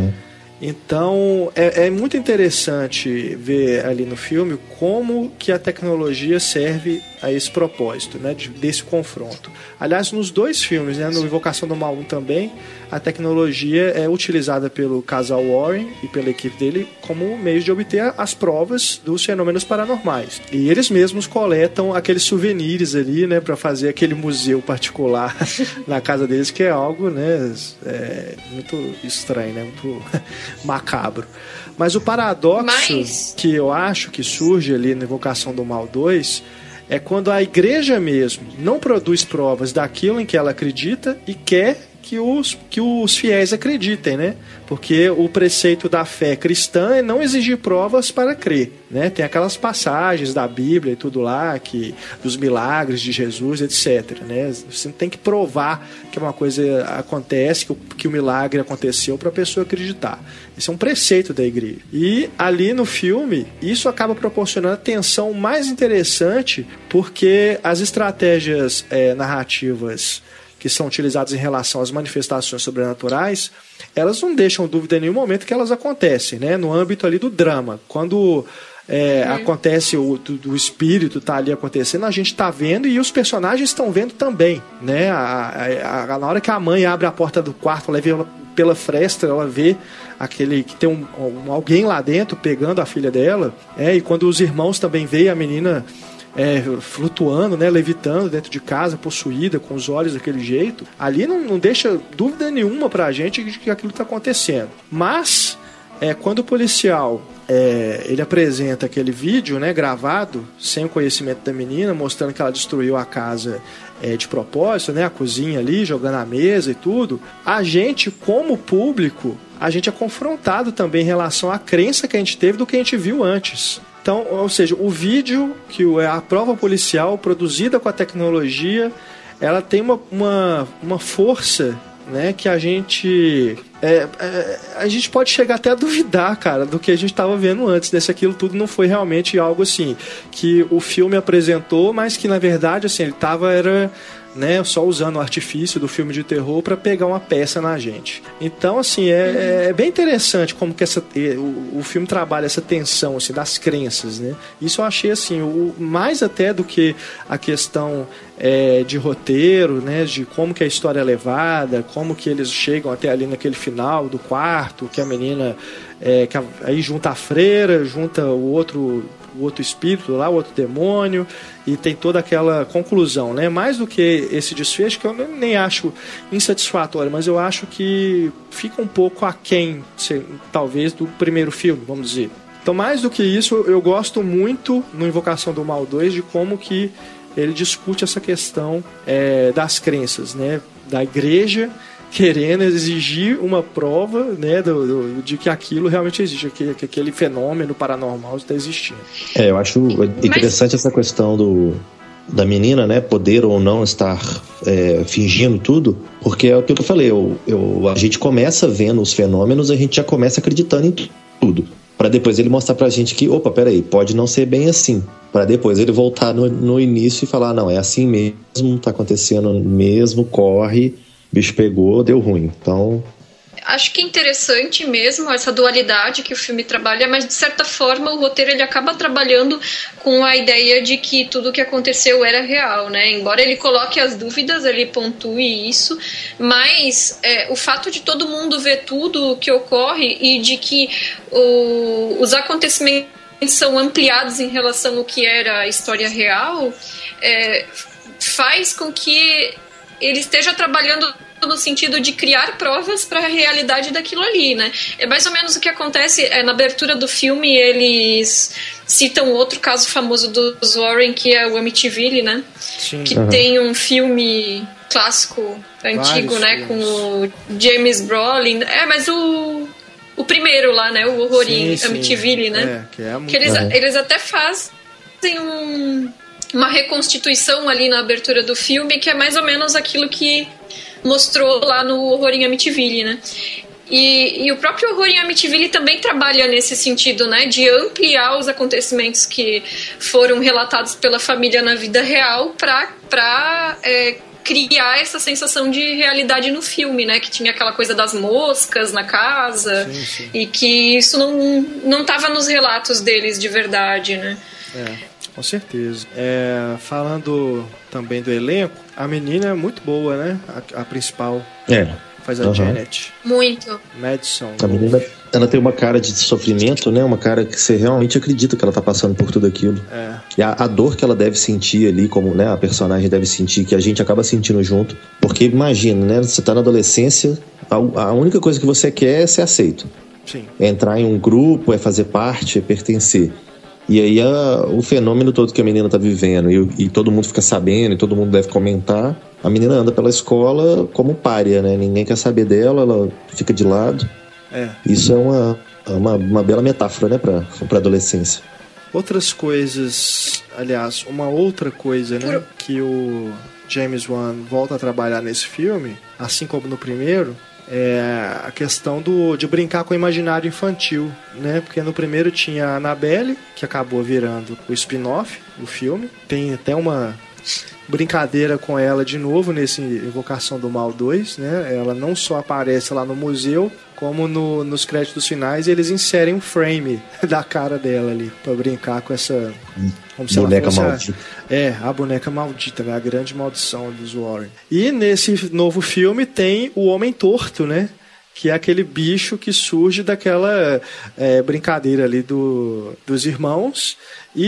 Então, é muito interessante ver ali no filme como que a tecnologia serve a esse propósito, né, desse confronto. Aliás, nos dois filmes, né, no Invocação do Mal 1 também, a tecnologia é utilizada pelo casal Warren e pela equipe dele como meio de obter as provas dos fenômenos paranormais. E eles mesmos coletam aqueles souvenirs ali, né, para fazer aquele museu particular na casa deles, que é algo, né, muito estranho, né, muito macabro. Mas o paradoxo que eu acho que surge ali na Invocação do Mal 2 é quando a igreja mesmo não produz provas daquilo em que ela acredita e quer que os fiéis acreditem, né? Porque o preceito da fé cristã é não exigir provas para crer, né? Tem aquelas passagens da Bíblia e tudo lá, dos milagres de Jesus, etc, né? Você tem que provar que uma coisa acontece, que o milagre aconteceu para a pessoa acreditar. Esse é um preceito da igreja. E ali no filme, isso acaba proporcionando a tensão mais interessante, porque as estratégias narrativas que são utilizadas em relação às manifestações sobrenaturais, elas não deixam dúvida em nenhum momento que elas acontecem, né? No âmbito ali do drama. Quando acontece do espírito tá ali acontecendo, a gente tá vendo e os personagens estão vendo também, né? Na hora que a mãe abre a porta do quarto, ela vê pela fresta, ela vê aquele que tem alguém lá dentro pegando a filha dela, e quando os irmãos também veem a menina flutuando, né, levitando dentro de casa, possuída, com os olhos daquele jeito, ali não deixa dúvida nenhuma pra gente de que aquilo tá acontecendo. Mas, quando o policial ele apresenta aquele vídeo, né, gravado, sem o conhecimento da menina, mostrando que ela destruiu a casa de propósito, né, a cozinha ali, jogando a mesa e tudo, a gente, como público, a gente é confrontado também em relação à crença que a gente teve do que a gente viu antes. Então, ou seja, o vídeo, que é a prova policial produzida com a tecnologia, ela tem uma força, né, que a gente pode chegar até a duvidar, cara, do que a gente estava vendo antes, desse aquilo tudo não foi realmente algo assim, que o filme apresentou, mas que na verdade assim, ele era né, só usando o artifício do filme de terror para pegar uma peça na gente. Então, assim, é bem interessante como que o filme trabalha essa tensão assim, das crenças, né? Isso eu achei, assim, mais até do que a questão de roteiro, né, de como que a história é levada, como que eles chegam até ali naquele final do quarto, que a menina aí junta a freira, junta o outro espírito lá, o outro demônio, e tem toda aquela conclusão, né? Mais do que esse desfecho, que eu nem acho insatisfatório, mas eu acho que fica um pouco aquém, talvez, do primeiro filme, vamos dizer. Então, mais do que isso, eu gosto muito, no Invocação do Mal 2, de como que ele discute essa questão das crenças, né? Da igreja querendo exigir uma prova, né, de que aquilo realmente existe, que aquele fenômeno paranormal está existindo. Eu acho interessante essa questão da menina, né, poder ou não estar fingindo tudo, porque é o que eu falei, a gente começa vendo os fenômenos, a gente já começa acreditando em tudo, para depois ele mostrar pra gente que, opa, peraí, pode não ser bem assim, para depois ele voltar no início e falar, não, é assim mesmo, tá acontecendo mesmo, corre, bicho pegou, deu ruim. Então, acho que é interessante mesmo essa dualidade que o filme trabalha, mas de certa forma o roteiro ele acaba trabalhando com a ideia de que tudo o que aconteceu era real, né? Embora ele coloque as dúvidas, ele pontue isso, mas o fato de todo mundo ver tudo o que ocorre e de que os acontecimentos são ampliados em relação ao que era a história real, faz com que ele esteja trabalhando no sentido de criar provas para a realidade daquilo ali, né? É mais ou menos o que acontece na abertura do filme. Eles citam outro caso famoso dos Warren, que é o Amityville, né? Sim. Que tem um filme clássico antigo, vários, né? Filmes. Com o James Brolin. Mas o primeiro lá, né? O horror em Amityville, né? Que eles até fazem uma reconstituição ali na abertura do filme, que é mais ou menos aquilo que mostrou lá no Horror em Amityville, né? E o próprio Horror em Amityville também trabalha nesse sentido, né? De ampliar os acontecimentos que foram relatados pela família na vida real para criar essa sensação de realidade no filme, né? Que tinha aquela coisa das moscas na casa. Sim. E que isso não estava nos relatos deles de verdade, né? Com certeza. Falando também do elenco, a menina é muito boa, né? A principal. Faz a Janet. Muito. Madison. A menina, ela tem uma cara de sofrimento, né? Uma cara que você realmente acredita que ela tá passando por tudo aquilo. E a dor que ela deve sentir ali, como, né, a personagem deve sentir, que a gente acaba sentindo junto. Porque imagina, né? Você tá na adolescência, a única coisa que você quer é ser aceito. Sim. É entrar em um grupo, é fazer parte, é pertencer. E aí o fenômeno todo que a menina tá vivendo e todo mundo fica sabendo e todo mundo deve comentar, a menina anda pela escola como pária, né? Ninguém quer saber dela, ela fica de lado. Isso é uma bela metáfora, né, pra adolescência. Outras coisas, aliás, uma outra coisa, né, que o James Wan volta a trabalhar nesse filme, assim como no primeiro, é a questão de brincar com o imaginário infantil, né? Porque no primeiro tinha a Annabelle, que acabou virando o spin-off do filme. Tem até uma brincadeira com ela de novo nesse Invocação do Mal 2, né? Ela não só aparece lá no museu, como nos créditos finais eles inserem um frame da cara dela ali, pra brincar com essa... Como se boneca maldita. A boneca maldita, né? A grande maldição dos Warren. E nesse novo filme tem o Homem Torto, né? Que é aquele bicho que surge daquela brincadeira ali dos irmãos.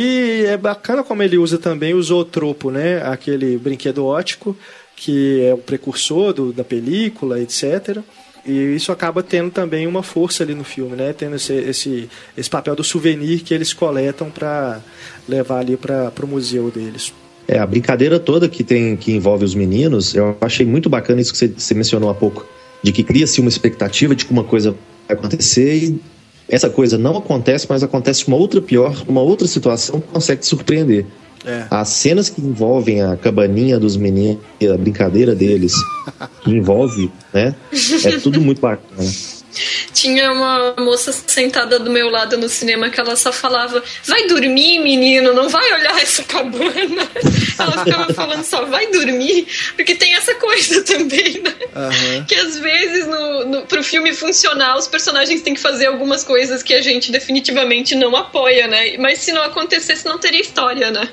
E é bacana como ele usa também o zootropo, né? Aquele brinquedo óptico, que é o precursor da película, etc. E isso acaba tendo também uma força ali no filme, né? Tendo esse papel do souvenir que eles coletam para levar ali para o museu deles. A brincadeira toda que envolve os meninos, eu achei muito bacana isso que você mencionou há pouco, de que cria-se uma expectativa de que uma coisa vai acontecer e essa coisa não acontece, mas acontece uma outra pior, uma outra situação que consegue te surpreender. As cenas que envolvem a cabaninha dos meninos, a brincadeira deles, que envolve, né? É tudo muito bacana. Tinha uma moça sentada do meu lado no cinema que ela só falava: vai dormir, menino, não vai olhar essa cabana. Ela ficava falando só: vai dormir, porque tem essa coisa também, né? Que às vezes pro filme funcionar, os personagens têm que fazer algumas coisas que a gente definitivamente não apoia, né? Mas se não acontecesse, não teria história, né?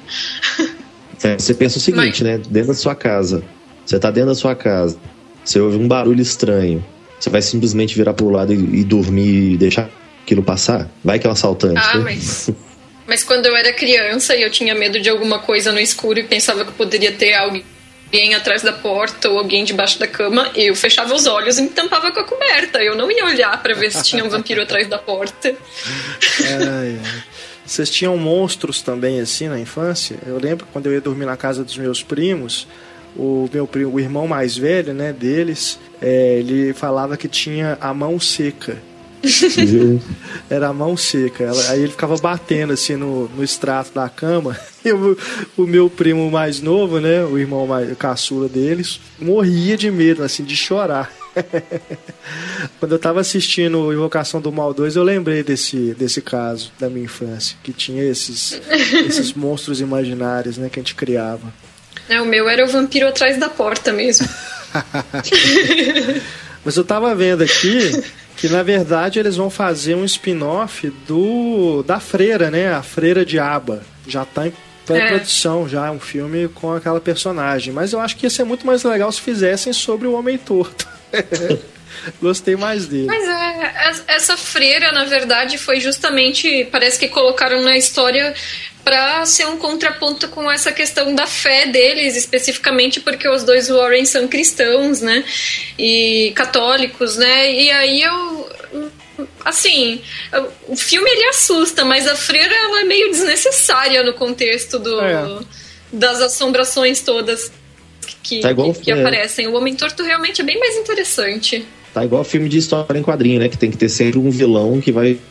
Você pensa o seguinte, né? Dentro da sua casa, você tá dentro da sua casa, você ouve um barulho estranho, você vai simplesmente virar pro lado e dormir e deixar aquilo passar? Vai que é um assaltante, né? Mas quando eu era criança e eu tinha medo de alguma coisa no escuro e pensava que poderia ter alguém atrás da porta ou alguém debaixo da cama, eu fechava os olhos e me tampava com a coberta. Eu não ia olhar pra ver se tinha um vampiro atrás da porta. Vocês tinham monstros também assim na infância? Eu lembro quando eu ia dormir na casa dos meus primos, o meu primo, o irmão mais velho, né, deles, ele falava que tinha a mão seca. Era a mão seca. Aí ele ficava batendo assim no extrato da cama. E o meu primo mais novo, né, o irmão o caçula deles, morria de medo, assim, de chorar. Quando eu tava assistindo Invocação do Mal 2, eu lembrei desse caso da minha infância, que tinha esses monstros imaginários, né, que a gente criava. O meu era o vampiro atrás da porta mesmo. Mas eu tava vendo aqui que na verdade eles vão fazer um spin-off da Freira, né? A Freira de Aba. Já tá em pré-produção, já é um filme com aquela personagem. Mas eu acho que ia ser muito mais legal se fizessem sobre o Homem Torto. Gostei mais dele. Mas essa freira, na verdade, foi justamente, parece que colocaram na história para ser um contraponto com essa questão da fé deles, especificamente porque os dois Warren são cristãos, né? E católicos, né? E aí assim, o filme ele assusta, mas a freira ela é meio desnecessária no contexto das assombrações todas que aparecem. O Homem Torto realmente é bem mais interessante. Tá igual filme de história em quadrinho, né? Que tem que ter sempre um vilão que vai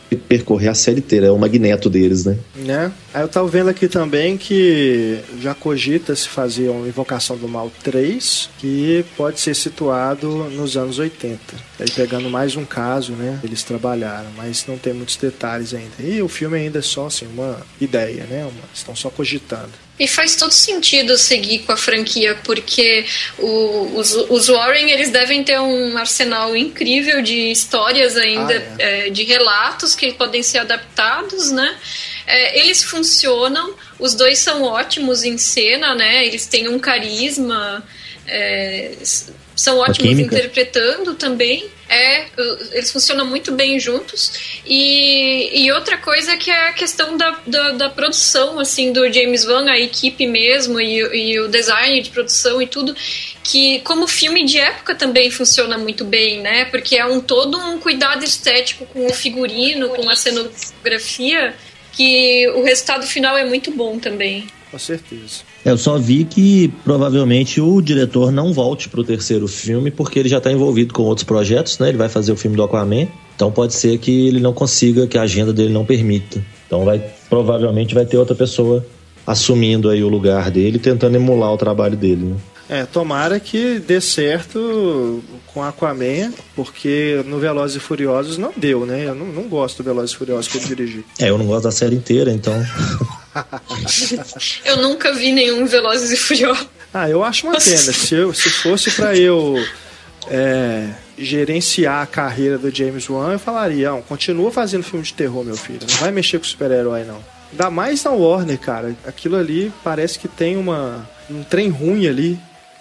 percorrer a série inteira, é o magneto deles, né? Aí eu tava vendo aqui também que já cogita-se fazer uma Invocação do Mal 3, que pode ser situado nos anos 80. Aí pegando mais um caso, né? Eles trabalharam, mas não tem muitos detalhes ainda. E o filme ainda é só assim, uma ideia, né? Estão só cogitando. E faz todo sentido seguir com a franquia, porque os Warren, eles devem ter um arsenal incrível de histórias ainda, de relatos que podem ser adaptados, né? Eles funcionam, os dois são ótimos em cena, né? Eles têm um carisma, são ótimos interpretando também. Eles funcionam muito bem juntos. E outra coisa que é a questão da produção, assim, do James Wan, a equipe mesmo, e o design de produção e tudo, que como filme de época também funciona muito bem, né? Porque é todo um cuidado estético com o figurino, com a cenografia, que o resultado final é muito bom também. Com certeza. Eu só vi que provavelmente o diretor não volte pro terceiro filme, porque ele já tá envolvido com outros projetos, né? Ele vai fazer o filme do Aquaman, então pode ser que ele não consiga, que a agenda dele não permita. Então provavelmente vai ter outra pessoa assumindo aí o lugar dele, tentando emular o trabalho dele, né? Tomara que dê certo com Aquaman, porque no Velozes e Furiosos não deu, né? Eu não gosto do Velozes e Furiosos que ele dirigiu. Eu não gosto da série inteira, então... Eu nunca vi nenhum Velozes e Furiosos. Eu acho uma pena. Se fosse pra eu gerenciar a carreira do James Wan, eu falaria, continua fazendo filme de terror, meu filho. Não vai mexer com super-herói, não. Ainda mais na Warner, cara. Aquilo ali parece que tem um trem ruim ali.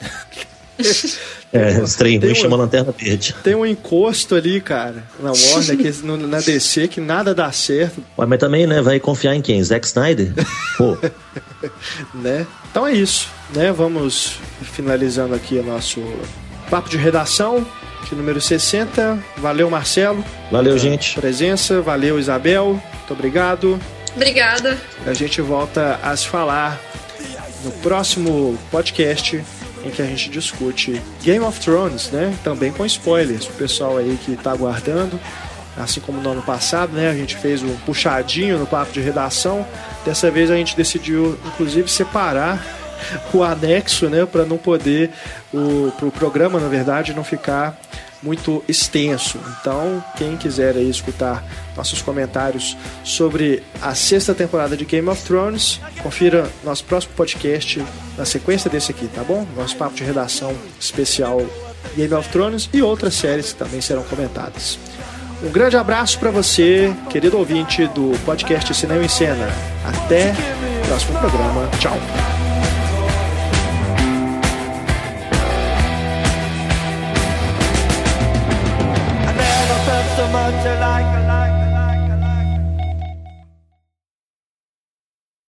Os trem ruim chama Lanterna Verde. Tem um encosto ali, cara, na Warner, na DC, que nada dá certo. Mas também, né, vai confiar em quem? Zack Snyder? Pô. Né? Então é isso, né? Vamos finalizando aqui o nosso papo de redação de número 60. Valeu, Marcelo. Valeu, gente. Presença. Valeu, Isabel. Muito obrigado. Obrigada. A gente volta a se falar no próximo podcast, em que a gente discute Game of Thrones, né? Também com spoilers, o pessoal aí que tá aguardando. Assim como no ano passado, né? A gente fez um puxadinho no papo de redação. Dessa vez a gente decidiu, inclusive, separar o anexo, né? Para não poder, pro programa, na verdade, não ficar muito extenso. Então, quem quiser aí escutar nossos comentários sobre a 6ª temporada de Game of Thrones, confira nosso próximo podcast na sequência desse aqui, tá bom? Nosso papo de redação especial Game of Thrones e outras séries que também serão comentadas. Um grande abraço para você, querido ouvinte do podcast Cinema em Cena. Até o próximo programa. Tchau. So much like